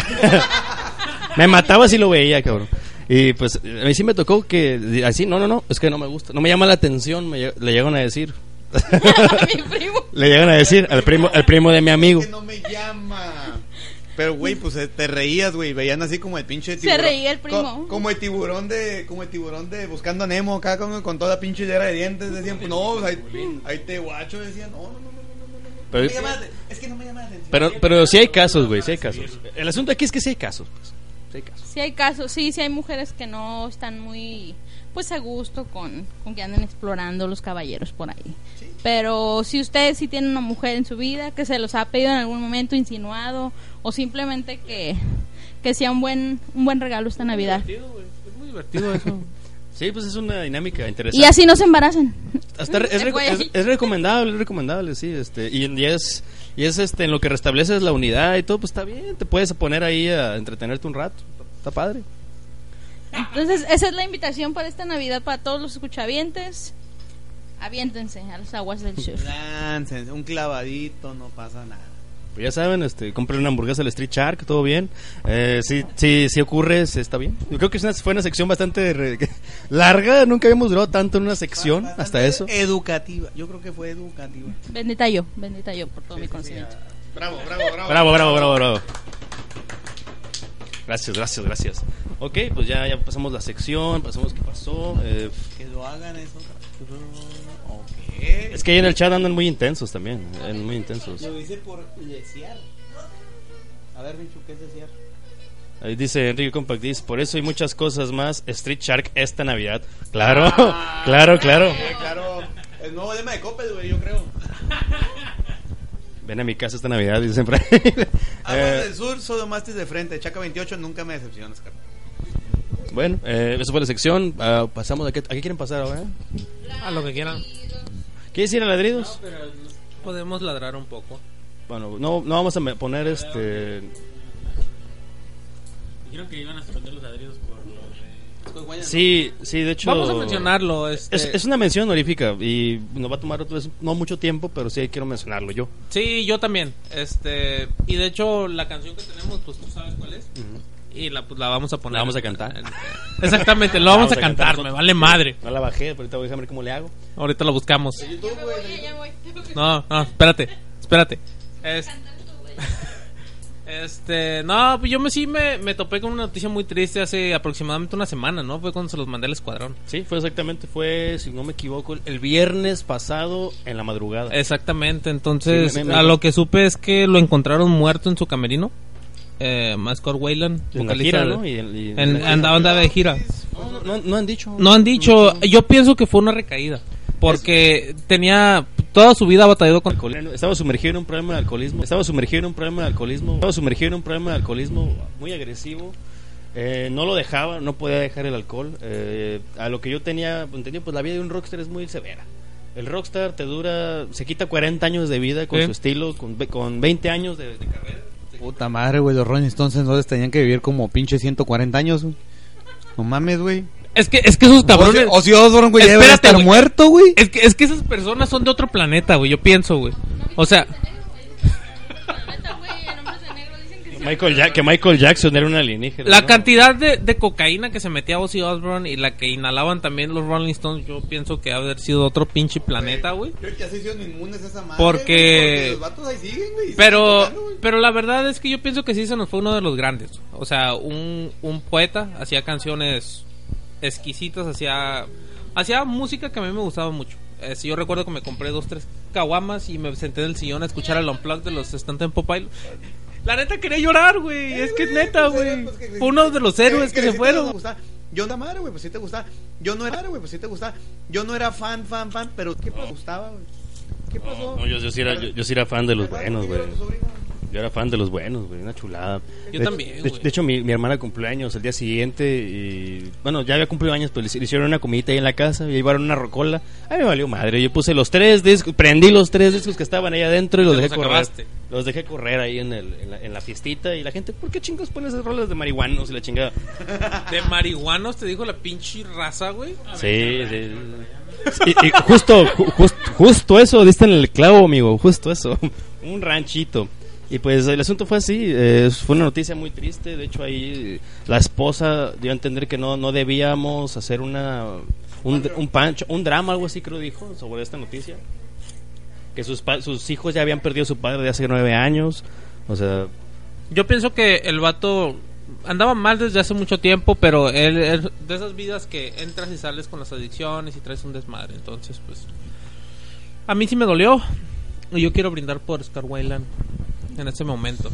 Me mataba si lo veía, cabrón. Y pues a mí sí me tocó que así, no, es que no me gusta, no me llama la atención, le llegan a decir. Mi primo. Le llegan a decir al primo de mi amigo. Es que no me llama. Pero, güey, pues te reías, güey, veían así como el pinche Se reía el primo. Como el tiburón de Buscando a Nemo, acá con toda la pinche hilera de dientes, decían, pues no, pues, ahí te guacho, decían, no. Pero, Es que no me llama la atención. pero sí hay casos, güey, sí hay casos. El asunto aquí es que sí hay casos, pues. Sí hay casos. Sí hay casos, sí hay mujeres que no están muy pues a gusto con que anden explorando los caballeros por ahí. Sí. Pero si ustedes sí tienen una mujer en su vida que se los ha pedido en algún momento, insinuado, o simplemente que sea un buen regalo esta Navidad. Es muy divertido eso. Sí, pues es una dinámica interesante. Y así no se embaracen. Hasta es recomendable, sí, y es en lo que restableces la unidad y todo, pues está bien, te puedes poner ahí a entretenerte un rato, está padre. Entonces, esa es la invitación para esta Navidad para todos los escuchavientes. Aviéntense a las aguas del sur. Láncense, un clavadito, no pasa nada. Pues ya saben, compren una hamburguesa al Street Shark, todo bien. Sí ocurre, está bien. Yo creo que fue una sección bastante larga, nunca habíamos durado tanto en una sección, Bastante hasta eso. Educativa, yo creo que fue educativa. Bendita yo por todo mi conocimiento. Bravo. Gracias. Ok, pues ya pasamos la sección, pasamos qué pasó. Que lo hagan eso. Ok. Es que ahí en el chat andan muy intensos también, muy intensos. Lo hice por desear. A ver, Richu, ¿qué es desear? Ahí dice Enrique Compact, dice, por eso hay muchas cosas más Street Shark esta Navidad. Claro, claro. Claro, el nuevo lema de Coppel, güey, yo creo. Ven a mi casa esta Navidad, dice siempre. Aguas del Sur, solo mástil de frente. Chaca 28, nunca me decepcionas, carnal. Bueno, eso fue la sección. Pasamos ¿a qué quieren pasar ahora? A lo que quieran. ¿Quieres ir a ladridos? Podemos ladrar un poco. Bueno, no vamos a poner Dijeron que iban a suspender los ladrillos por lo de... Sí, de hecho. Vamos a mencionarlo. Es una mención honorífica y nos va a tomar no mucho tiempo, pero sí quiero mencionarlo yo. Sí, yo también. Y de hecho, la canción que tenemos, pues tú sabes cuál es. Y la vamos a poner. La vamos a cantar. Exactamente, lo vamos a cantar, me vale madre. No la bajé, pero ahorita voy a ver cómo le hago. Ahorita lo buscamos. Ya voy. No, espérate. No, pues yo sí me topé con una noticia muy triste hace aproximadamente una semana, ¿no? Fue cuando se los mandé al escuadrón. Sí, fue, si no me equivoco, el viernes pasado en la madrugada. Exactamente, entonces Sí, a lo que supe es que lo encontraron muerto en su camerino. Scott Weiland, En la gira, ¿no? andaba de gira. No han dicho. No han dicho, yo pienso que fue una recaída. Porque tenía toda su vida batallado con... Estaba sumergido en un problema de alcoholismo. Estaba sumergido en un problema de alcoholismo muy agresivo. No lo dejaba, no podía dejar el alcohol. A lo que yo tenía entendido, pues la vida de un rockstar es muy severa. El rockstar se quita 40 años de vida con ¿Sí? su estilo, con 20 años de carrera. Puta madre, güey, los Rolling Stones entonces tenían que vivir como pinche 140 años, güey. No mames, güey. Es que esos cabrones... Ozzy Osbourne, güey, debe Espérate, estar güey. muerto, güey. Es que esas personas son de otro planeta, güey, yo pienso, güey. O sea... Que Michael Jackson era un alienígena. La ¿no? cantidad de cocaína que se metía Ozzy Osbourne y la que inhalaban también los Rolling Stones, yo pienso que ha de haber sido otro pinche planeta, güey. Creo que ya se hicieron inmunes a esa madre. Porque los vatos ahí siguen, güey. pero la verdad es que yo pienso que sí se nos fue uno de los grandes. O sea, un poeta, hacía canciones exquisitas, hacía música que a mí me gustaba mucho. Yo recuerdo que me compré 2-3 caguamas y me senté en el sillón a escuchar el Unplugged de los Stone Temple Pilots. La neta quería llorar, güey. Es que neta, güey. Fue uno de los héroes que se fueron. Yo no madre, güey, pues sí te gustaba. Yo no era, güey, pues sí te gustaba. Yo no era fan, pero ¿qué pasó? Gustaba, güey. ¿Qué pasó? No, yo sí era fan de los buenos, güey. Yo era fan de los buenos, güey, una chulada. Yo también, güey. De hecho, mi hermana cumplió años el día siguiente y... Bueno, ya había cumplido años, pero le hicieron una comidita ahí en la casa y llevaron una rocola. A mí me valió madre. Yo puse los 3 discos, prendí los 3 discos que estaban ahí adentro y los dejé correr. Acabaste. Los dejé correr ahí en la fiestita y la gente, ¿por qué chingos pones esas rolas de marihuanos y la chingada? De marihuanos te dijo la pinche raza, güey. Sí. Y justo eso, diste en el clavo, amigo, justo eso. Un ranchito. Y pues el asunto fue así, fue una noticia muy triste. De hecho ahí la esposa dio a entender que no debíamos hacer un drama, algo así creo dijo, sobre esta noticia. Que sus hijos ya habían perdido a su padre de hace 9 años. O sea, yo pienso que el vato andaba mal desde hace mucho tiempo, pero él de esas vidas que entras y sales con las adicciones y traes un desmadre. Entonces pues a mí sí me dolió y yo quiero brindar por Scott Weiland en este momento.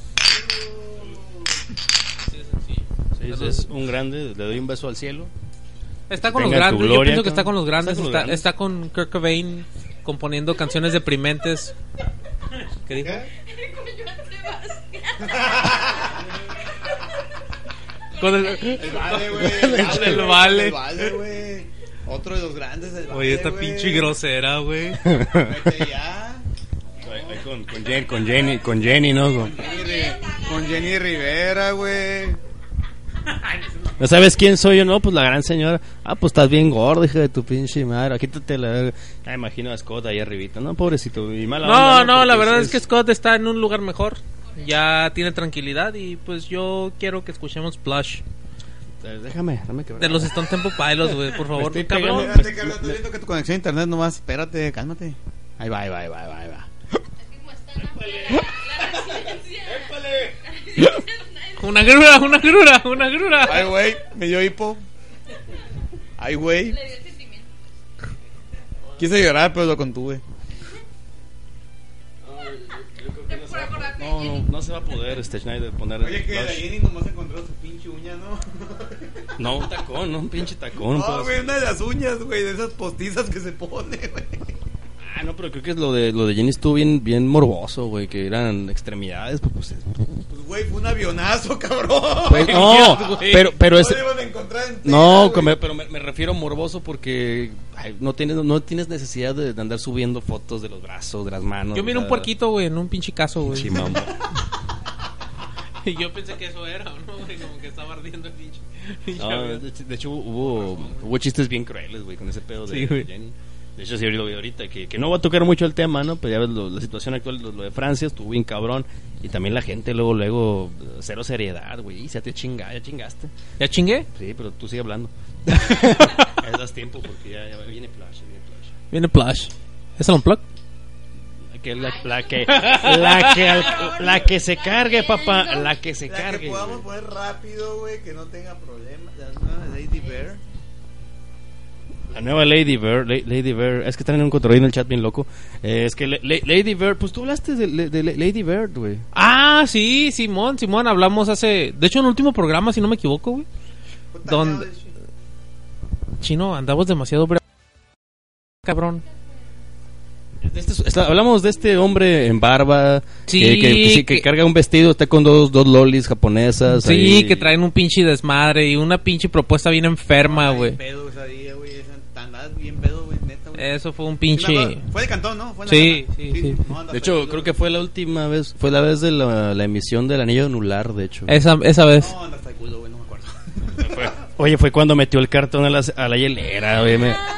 Así de sencillo. sí, es un grande, le doy un beso al cielo. Está con los Tenga tu grandes, yo gloria, pienso que está cabrón. con los grandes, Está con los grandes. está con Kurt Cobain componiendo canciones deprimentes. ¿Qué dijo? Con el Vale, güey. El Vale. El Vale, güey. Otro de los grandes del Vale. Oye, esta güey. pinche grosera, güey. Vete ya. Con Jenny, ¿no? Con Jenny Rivera, güey. ¿No sabes quién soy yo? No, pues la gran señora. Ah, pues estás bien gordo, hija de tu pinche madre. Quítate la... Ah, imagino a Scott ahí arribita. No, pobrecito. Y mala onda, No, la Porque verdad es que Scott está en un lugar mejor. Ya tiene tranquilidad y pues yo quiero que escuchemos Plush Déjame quebrar. de los Stone Temple Pilots, güey, por favor. estoy Cabrón. pegando. Espérate, Carla, estoy viendo que tu conexión a internet nomás. Espérate, cálmate. Ahí va. Una grura. Ay, güey, me dio hipo. Ay, güey. Quise llorar, pero lo contuve. No se va a poder Schneider poner Oye, que la Plush. Jenny nomás encontró su pinche uña, ¿no? No, un tacón, no un pinche tacón. No, pues. güey, una de las uñas, güey, de esas postizas que se pone, güey. Ah, no, pero creo que es lo de Jenny estuvo bien morboso, güey, que eran extremidades, pues Pues, güey, fue un avionazo, cabrón. pues, no, pero es No lo iban a encontrar entera, no, güey. pero me refiero morboso porque ay, no tienes necesidad de andar subiendo fotos de los brazos, de las manos. Yo miro un puerquito, güey, en un pinche caso, güey. Sí, mamá. Y yo pensé que eso era, ¿no? Güey, como que estaba ardiendo el pinche No, avión. de hecho hubo chistes bien crueles, güey, con ese pedo de Sí, güey. Jenny. De hecho, sí, lo vi ahorita, que no va a tocar mucho el tema, ¿no? Pero ya ves la situación actual, lo de Francia estuvo bien cabrón. Y también la gente luego, cero seriedad, güey. Ya te ya chingaste. ¿Ya chingué? Sí, pero tú sigue hablando. Ya das tiempo porque ya viene Flash, Viene Plush. ¿Es el unplug? La que se cargue, papá. La que se La cargue. que podamos güey. poner rápido, güey, que no tenga problemas. La nueva Lady Bear. La nueva Lady Bird, Lady Bird, es que están en un cotorreo en el chat bien loco. Es que Lady Bird, pues tú hablaste de Lady Bird, güey. Ah, sí, Simón, hablamos de hecho en el último programa, si no me equivoco, güey. Puta ¿Dónde? madre, shit. Chino, andamos demasiado cabrón. Hablamos de este hombre en barba Sí, que que- carga un vestido, está con dos lolis japonesas. Sí, ahí. que traen un pinche desmadre y una pinche propuesta bien enferma, Ay, güey. pedo ese día, güey. Andabas bien pedo, güey, neta, güey. Eso fue un Sí me pinche... acuerdo. Fue de Cantón, ¿no? Fue en la Sí, casa. sí. No, andas De hecho, tranquilo, creo que güey. fue la última vez, fue la vez de la emisión del anillo anular, de hecho. Esa vez. No, andas hasta el culo, güey, no me acuerdo. Oye, fue cuando metió el cartón a la hielera, güey.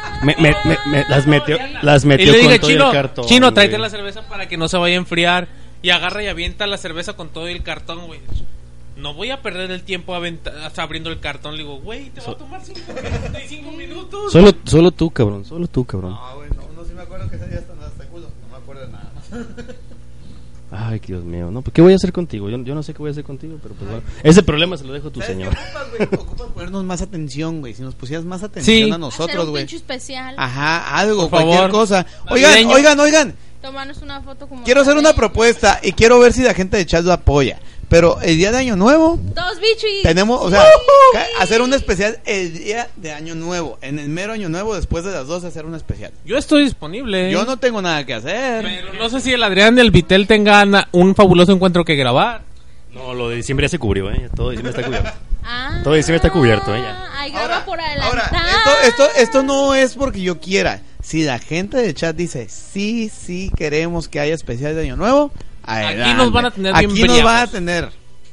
Las metió Y le con dije, todo Chino, el cartón. Chino, tráete güey. la cerveza para que no se vaya a enfriar. Y agarra y avienta la cerveza con todo el cartón, güey. No voy a perder el tiempo abriendo el cartón. Le digo, güey, te va a tomar 55 minutos. Solo tú, cabrón. Solo tú, cabrón. No, güey, no, sí me acuerdo que ese día hasta el culo. No me acuerdo de nada más. Ay, Dios mío. No, pues, ¿qué voy a hacer contigo? Yo no sé qué voy a hacer contigo, pero pues bueno. Ese problema se lo dejo a tu ¿Sabes señor. qué ocupas, güey? Ocupas ponernos más atención, güey. Si nos pusieras más atención Sí. a Hacer nosotros, un güey. pinche especial. Ajá, algo, Por cualquier favor. cosa. Navideño. Oigan. Tomarnos una foto como... Quiero hacer una propuesta y quiero ver si la gente de chat lo apoya. Pero el día de Año Nuevo Dos bichis. tenemos, o sea, hacer un especial el día de Año Nuevo. En el mero Año Nuevo, después de las 12, hacer un especial. Yo estoy disponible. Yo no tengo nada que hacer. Pero no sé si el Adrián y el Vitel tengan un fabuloso encuentro que grabar. No, lo de diciembre ya se cubrió, ¿eh? Todo diciembre está cubierto. Ah, Todo diciembre está cubierto, ya. Ay, graba por adelantado. esto no es porque yo quiera. Si la gente del chat dice, sí, queremos que haya especial de Año Nuevo, adelante. nos van a tener bien Aquí nos van a briagos. tener.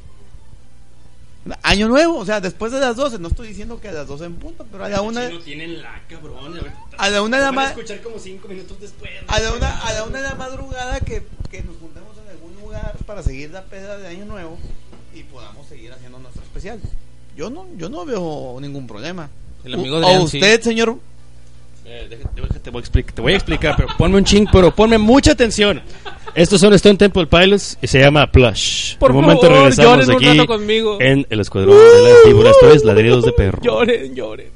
Año Nuevo, o sea, después de las 12. No estoy diciendo que a las 12 en punto, pero a la una... tienen la cabrón. A la una de la escuchar como 5 minutos después. A la una de la madrugada que nos juntemos en algún lugar para seguir la peda de Año Nuevo y podamos seguir haciendo nuestro especial. Yo no veo ningún problema. El amigo O Adrián, sí. usted, señor. Te voy a explicar, pero ponme mucha atención. Estos son Stone Temple Pilots y se llama Plush. Por En un momento favor, regresamos lloren un aquí rato conmigo. en el Escuadrón de las Víboras. Esto es Ladridos de Perro. Lloren.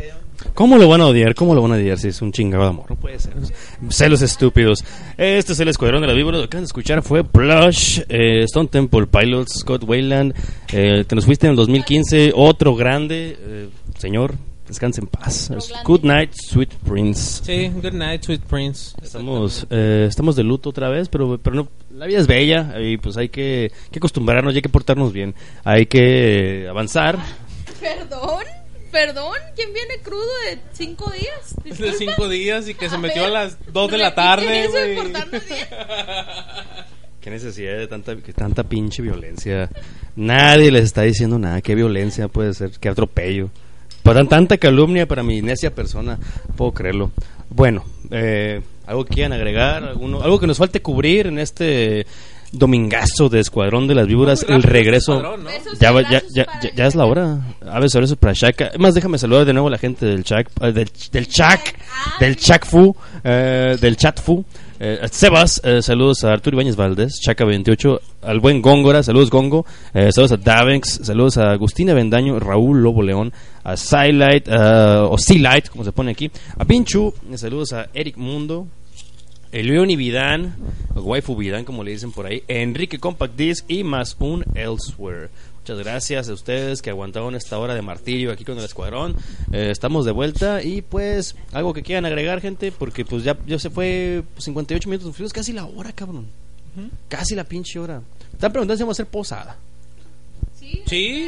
¿Cómo lo van a odiar? ¿Cómo lo van a odiar si es un chingado de amor? No puede ser. Celos estúpidos. Este es el Escuadrón de las Víboras. Lo que acaban de escuchar fue Plush, Stone Temple Pilots, Scott Weiland. Te nos fuiste en el 2015. Otro grande. Señor, descanse en paz. Good night, Sweet Prince. Sí, good night, Sweet Prince. Estamos de luto otra vez, pero no, la vida es bella y pues hay que acostumbrarnos y hay que portarnos bien. Hay que avanzar. Perdón, ¿quién viene crudo de 5 días? De Disculpa. 5 días y que se metió a ver, las 2 de la repite tarde, eso de güey. portarnos bien. Qué necesidad de tanta pinche violencia. Nadie les está diciendo nada. Qué violencia puede ser, qué atropello. Para tanta calumnia para mi necia persona, no puedo creerlo. Bueno, algo que quieran agregar, algo que nos falte cubrir en este domingazo de Escuadrón de las Víboras, el regreso. Escuadrón, ¿no? Besos y Ya abrazos ya para ya es la hora. A ver, sobre eso para Shaka. Más déjame saludar de nuevo a la gente del chat, del chat fu. Sebas, saludos a Arturo Ibáñez Valdés, Chaca 28, al buen Góngora, saludos Gongo, saludos a Davex, saludos a Agustina Bendaño, Raúl Lobo León, a Silite, o Sealight, como se pone aquí, a Pinchu, saludos a Eric Mundo, Leoni Vidán, o Waifu Vidán, como le dicen por ahí, Enrique Compact Disc y más un Elsewhere. Muchas gracias a ustedes que aguantaron esta hora de martirio aquí con el Escuadrón. Estamos de vuelta y pues algo que quieran agregar, gente, porque pues ya se fue 58 minutos, fuimos casi la hora, cabrón. Casi la pinche hora. Están preguntando si vamos a hacer posada. Sí.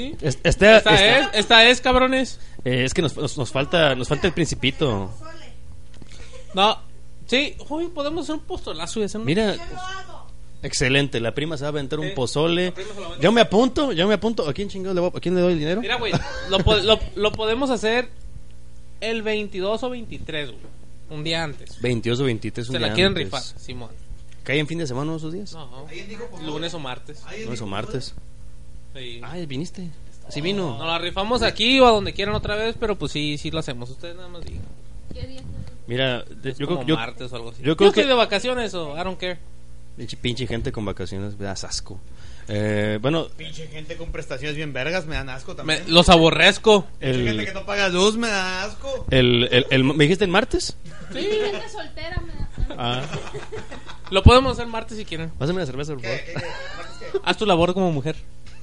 Esta Esta es, cabrones. es que nos falta el Principito. No. Sí, hoy podemos hacer un postolazo y hacer un... Mira, excelente, la prima se va a aventar un pozole. la prima se lo va a aventar. Yo me apunto. ¿A quién chingado a quién le doy el dinero? Mira, güey, lo podemos hacer el 22 o 23, güey. Un día antes. 22 o 23 un Se día la quieren antes. rifar, Simón. ¿Cae en fin de semana esos días? No, lunes o martes. Lunes o martes. Sí. Ay, viniste. Sí vino. Nos la rifamos aquí o a donde quieran otra vez, pero pues sí lo hacemos. Ustedes nada más digan. ¿Qué día? Mira, Como martes o algo así. yo creo estoy que- de vacaciones o I don't care. pinche gente con vacaciones, me das asco. Bueno, Pinche gente con prestaciones bien vergas, me dan asco también. Los aborrezco. Pinche gente que no paga luz, me da asco. ¿me dijiste el martes? Gente soltera me da. Ah, Lo podemos hacer martes si quieren. pásame la cerveza, por favor. ¿Qué? Haz tu labor como mujer.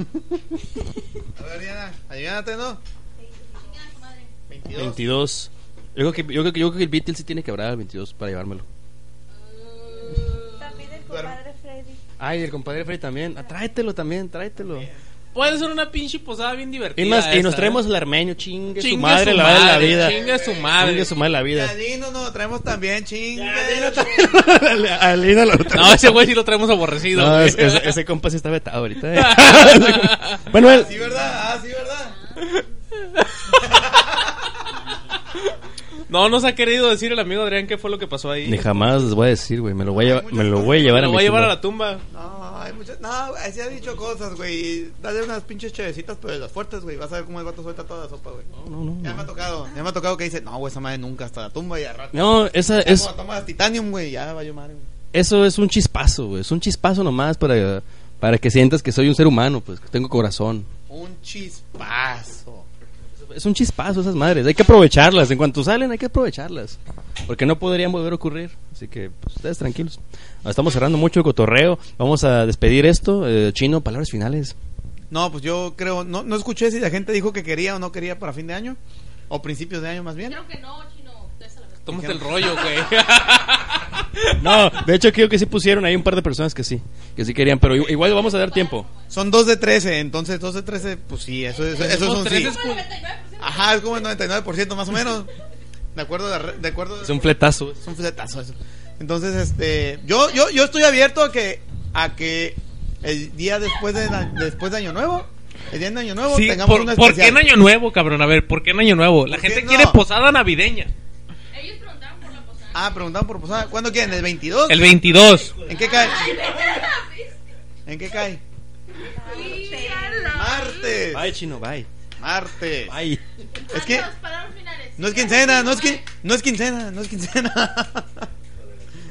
A ver, Diana, ayúdate, ¿no? 22. 22. Yo creo que el Beatles sí tiene que hablar al 22 para llevármelo. También el compadre Freddy. Ay, el compadre Freddy también. Ah, tráetelo. Puede ser una pinche posada bien divertida. Y nos esta, traemos ¿eh? el armenio, chingue su Chingue madre, su la de la madre, vida. chingue su madre. Chingue su madre la vida. Y a Dino nos lo traemos también, chingue. A Lina lo No, ese güey sí lo traemos aborrecido. No, güey. ese compa sí está vetado ahorita. Bueno, él. Sí, ¿verdad? Ah, sí, ¿verdad? No nos ha querido decir el amigo Adrián qué fue lo que pasó ahí. Ni jamás les voy a decir, güey. Me lo voy a llevar Lo a mi voy a llevar a tumba. la tumba. No, hay muchas. No, güey, sí ha dicho cosas, güey. Dale unas pinches chevecitas, pero de las fuertes, güey. Vas a ver cómo el vato suelta toda la sopa, güey. No. Ya me ha tocado que dice, no, güey, esa madre nunca hasta la tumba y a rato. No, esa es. Como tomas titanium, güey, ya vaya madre, güey. Eso es un chispazo, güey. Es un chispazo nomás para que sientas que soy un ser humano, pues, que tengo corazón. Un chispazo. Es un chispazo esas madres. Hay que aprovecharlas. En cuanto salen, hay que aprovecharlas. Porque no podrían volver a ocurrir. Así que, pues, ustedes tranquilos. Estamos cerrando mucho el cotorreo. Vamos a despedir esto. Chino, palabras finales. No, pues yo creo, no escuché si la gente dijo que quería o no quería para fin de año. O principios de año más bien. Creo que no, chino. Esa la verdad. Tómate el rollo, güey. No, de hecho creo que sí pusieron ahí un par de personas que sí querían, pero igual vamos a dar tiempo. Son 2 de 13, entonces 2 de 13, pues sí, eso es un sí. 13 Ajá, es como el 99% más o menos. De acuerdo, Es un fletazo. es un fletazo eso. Entonces, yo estoy abierto a que el día después de Año Nuevo, el día de Año Nuevo, Sí, tengamos una ¿por qué especial. en Año Nuevo, cabrón? A ver, ¿por qué en Año Nuevo? La ¿Por qué gente no? quiere posada navideña. Ellos preguntaron por la posada. Ah, preguntaban por posada. ¿Cuándo quieren? ¿El 22? El 22. ¿En qué cae? ¿En qué cae? Martes. Bye, Chino, bye. Martes. Bye. Es que Las palabras finales. no es quincena, no es quincena.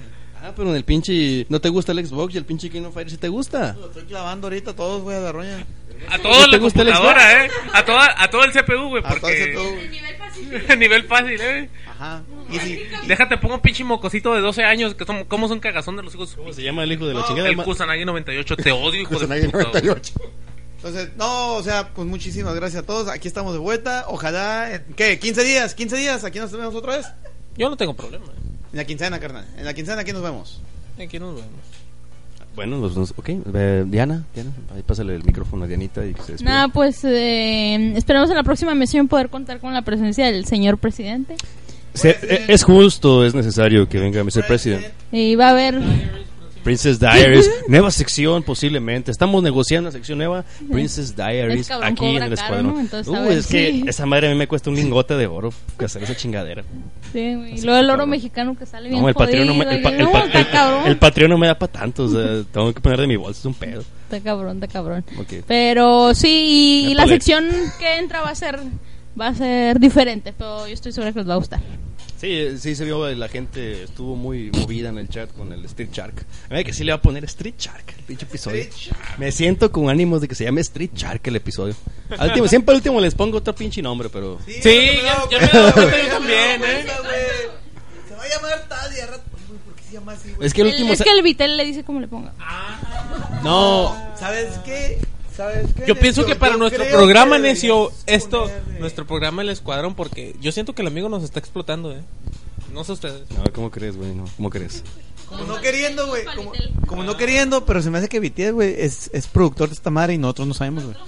Ah, pero en el pinche... ¿No te gusta el Xbox y el pinche King of Fighters sí te gusta? Lo estoy clavando ahorita a todos, güey, a la roña. A toda ¿Te la gusta el computadora, a todo el CPU, güey, A todo ese porque... todo. nivel fácil, Ajá. Y si... Déjate, pongo un pinche mocosito de 12 años, que son, ¿cómo son cagazón de los hijos? ¿Cómo se llama el hijo de la No, chingada? El Kusanagi 98, te odio, hijo de Kusanagi puta. 98. Entonces, no, o sea, pues muchísimas gracias a todos. Aquí estamos de vuelta. Ojalá, ¿qué? 15 días, 15 días. Aquí nos vemos otra vez. Yo no tengo problema. En la quincena, carnal. En la quincena aquí nos vemos. Aquí nos vemos. Bueno, ok. Diana, ahí pásale el micrófono a Dianita y que se despida. Nada, pues esperamos en la próxima misión poder contar con la presencia del señor presidente. Es justo, es necesario que venga Mr. President. Y va a haber... Princess Diaries, nueva sección posiblemente. Estamos negociando una sección nueva. Princess Diaries Es cabrón, aquí en cobra el caro, escuadrón. ¿no? Entonces, a ver, es que sí. esa madre a mí me cuesta un lingote de oro hacer esa chingadera. Sí, güey. Y Así luego el que, oro cabrón. mexicano que sale bien No, el Patreon no me, jodido, está cabrón. el Patreon no me da para tanto. O sea, tengo que poner de mi bolsa, es un pedo. Está cabrón. Ok. Pero sí, y Me la parece. sección que entra va a ser diferente, pero yo estoy segura que les va a gustar. Sí, se vio, la gente estuvo muy movida en el chat con el Street Shark. A mí que sí le va a poner Street Shark el pinche episodio. Me siento con ánimos de que se llame Street Shark el episodio. Siempre al último les pongo otro pinche nombre, pero... Sí, ya me he dado cuenta yo también, Se va a llamar tal y a rato. Uy, ¿por qué se llama así, güey? Es que el último... Es que el Vitel le dice cómo le ponga. No, ¿Sabes qué? Yo pienso que para Yo nuestro creo programa, que necio, deberías ponerle- nuestro programa El Escuadrón, porque yo siento que el amigo nos está explotando, No sé ustedes. no, ¿cómo crees, güey? No, ¿cómo crees? Como no queriendo, güey. Como no queriendo, pero se me hace que BTS, güey, es productor de esta madre y nosotros no sabemos, güey.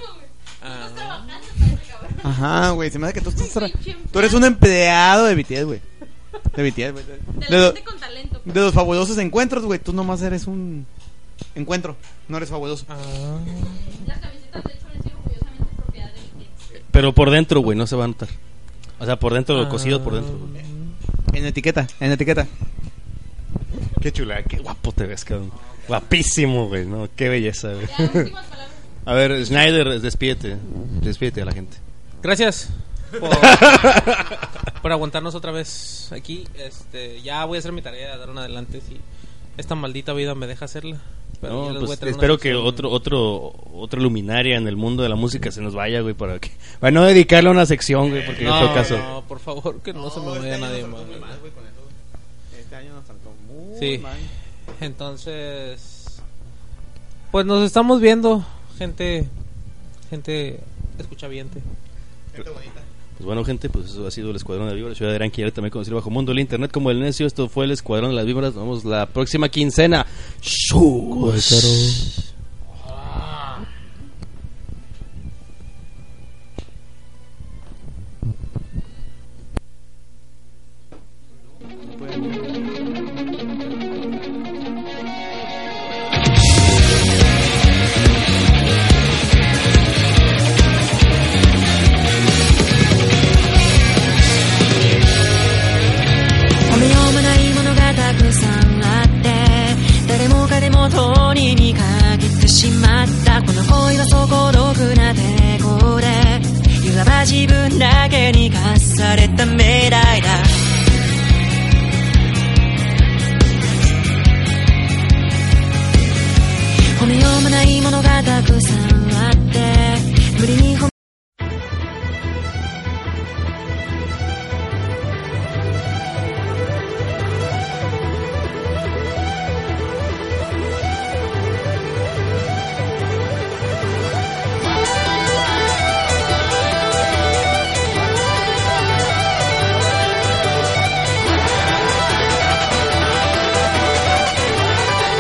Ajá, güey, se me hace que tú estás... Tú eres un empleado de BTS, güey. De BTS, güey. De la gente con talento. De los fabulosos encuentros, güey. Tú nomás eres un encuentro. No eres fabuloso. Las camisetas de hecho han sido orgullosamente propiedad de BTS. Pero por dentro, güey, no se va a notar. O sea, por dentro, cosido por dentro, güey. En la etiqueta, en la etiqueta. Qué chula, qué guapo te ves, cabrón. Guapísimo, güey, ¿no? Qué belleza, güey. Ya, últimas palabras. A ver, Schneider, despídete. Despídete a la gente. Gracias por aguantarnos otra vez aquí. Ya voy a hacer mi tarea de dar un adelante si esta maldita vida me deja hacerla. Pero ya No, les voy pues a traer una espero que sección. otro luminaria en el mundo de la música se nos vaya, güey, para no dedicarle a una sección, güey, porque yo tengo caso. No, por favor, que no se me vaya nadie más. Este año nos trató muy Sí. mal. Entonces, pues nos estamos viendo, gente escuchaviente. Gente bonita. Pues bueno, gente, pues eso ha sido el Escuadrón de las Víboras. Ciudad de Aranquiel, también conocido bajo mundo del internet como El Necio. Esto fue el Escuadrón de las Víboras. Nos vemos la próxima quincena. ¡Shus!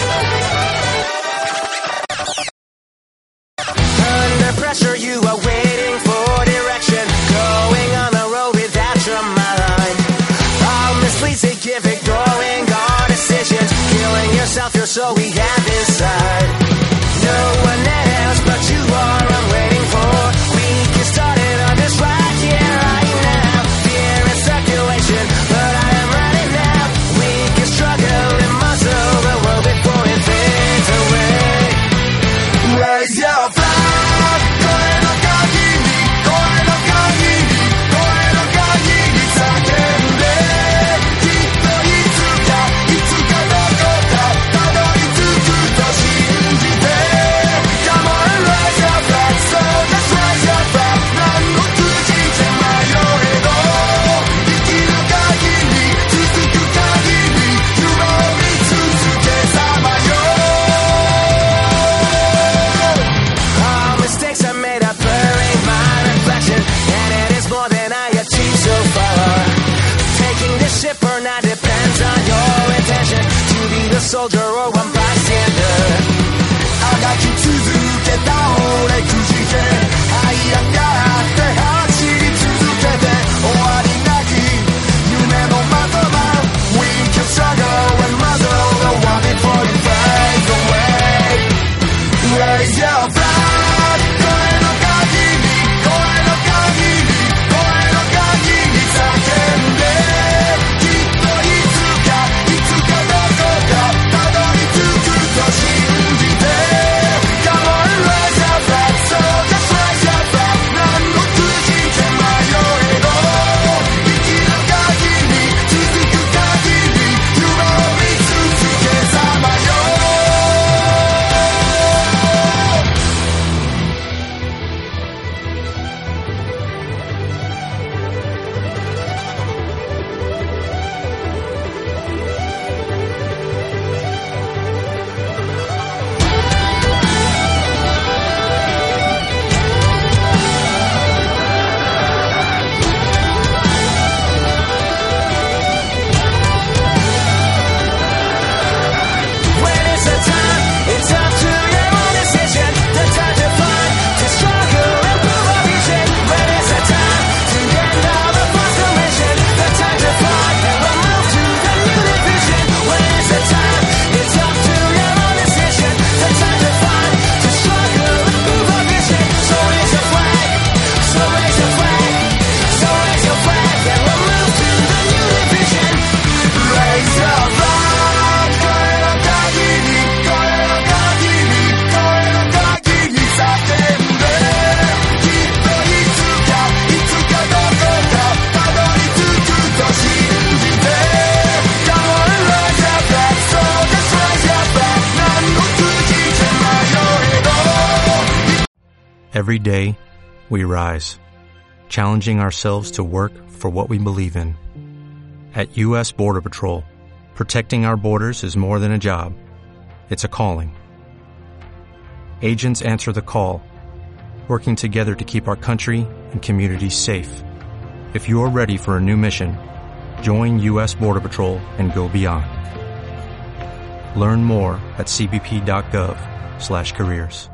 Pressure you away your flag 声の限り声の限り声の限り叫んできっといつかどこかたどり着くと信じて Come on raise your flag so just raise your flag 何度通じて迷えど生きる限り続く限り夢を見続けさまよ When it's the time, it's up to your own decision. The time to fight, to struggle and prove our vision. When it's the time to end all the frustration. The time to fight and we'll move to the new division. When it's the time, it's up to your own decision. The time to fight, to struggle and prove our vision. So raise your flag, so raise your flag, so raise your flag and we'll move to the new division. Raise your flag. 声の限り声の限り声の限り叫んできっといつかどこかたどり着くと信じて Come on raise your flag so just raise your flag 何度通じて迷えど Every day, we rise, challenging ourselves to work for what we believe in. At U.S. Border Patrol, protecting our borders is more than a job. It's a calling. Agents answer the call, working together to keep our country and communities safe. If you are ready for a new mission, join U.S. Border Patrol and go beyond. Learn more at cbp.gov/careers.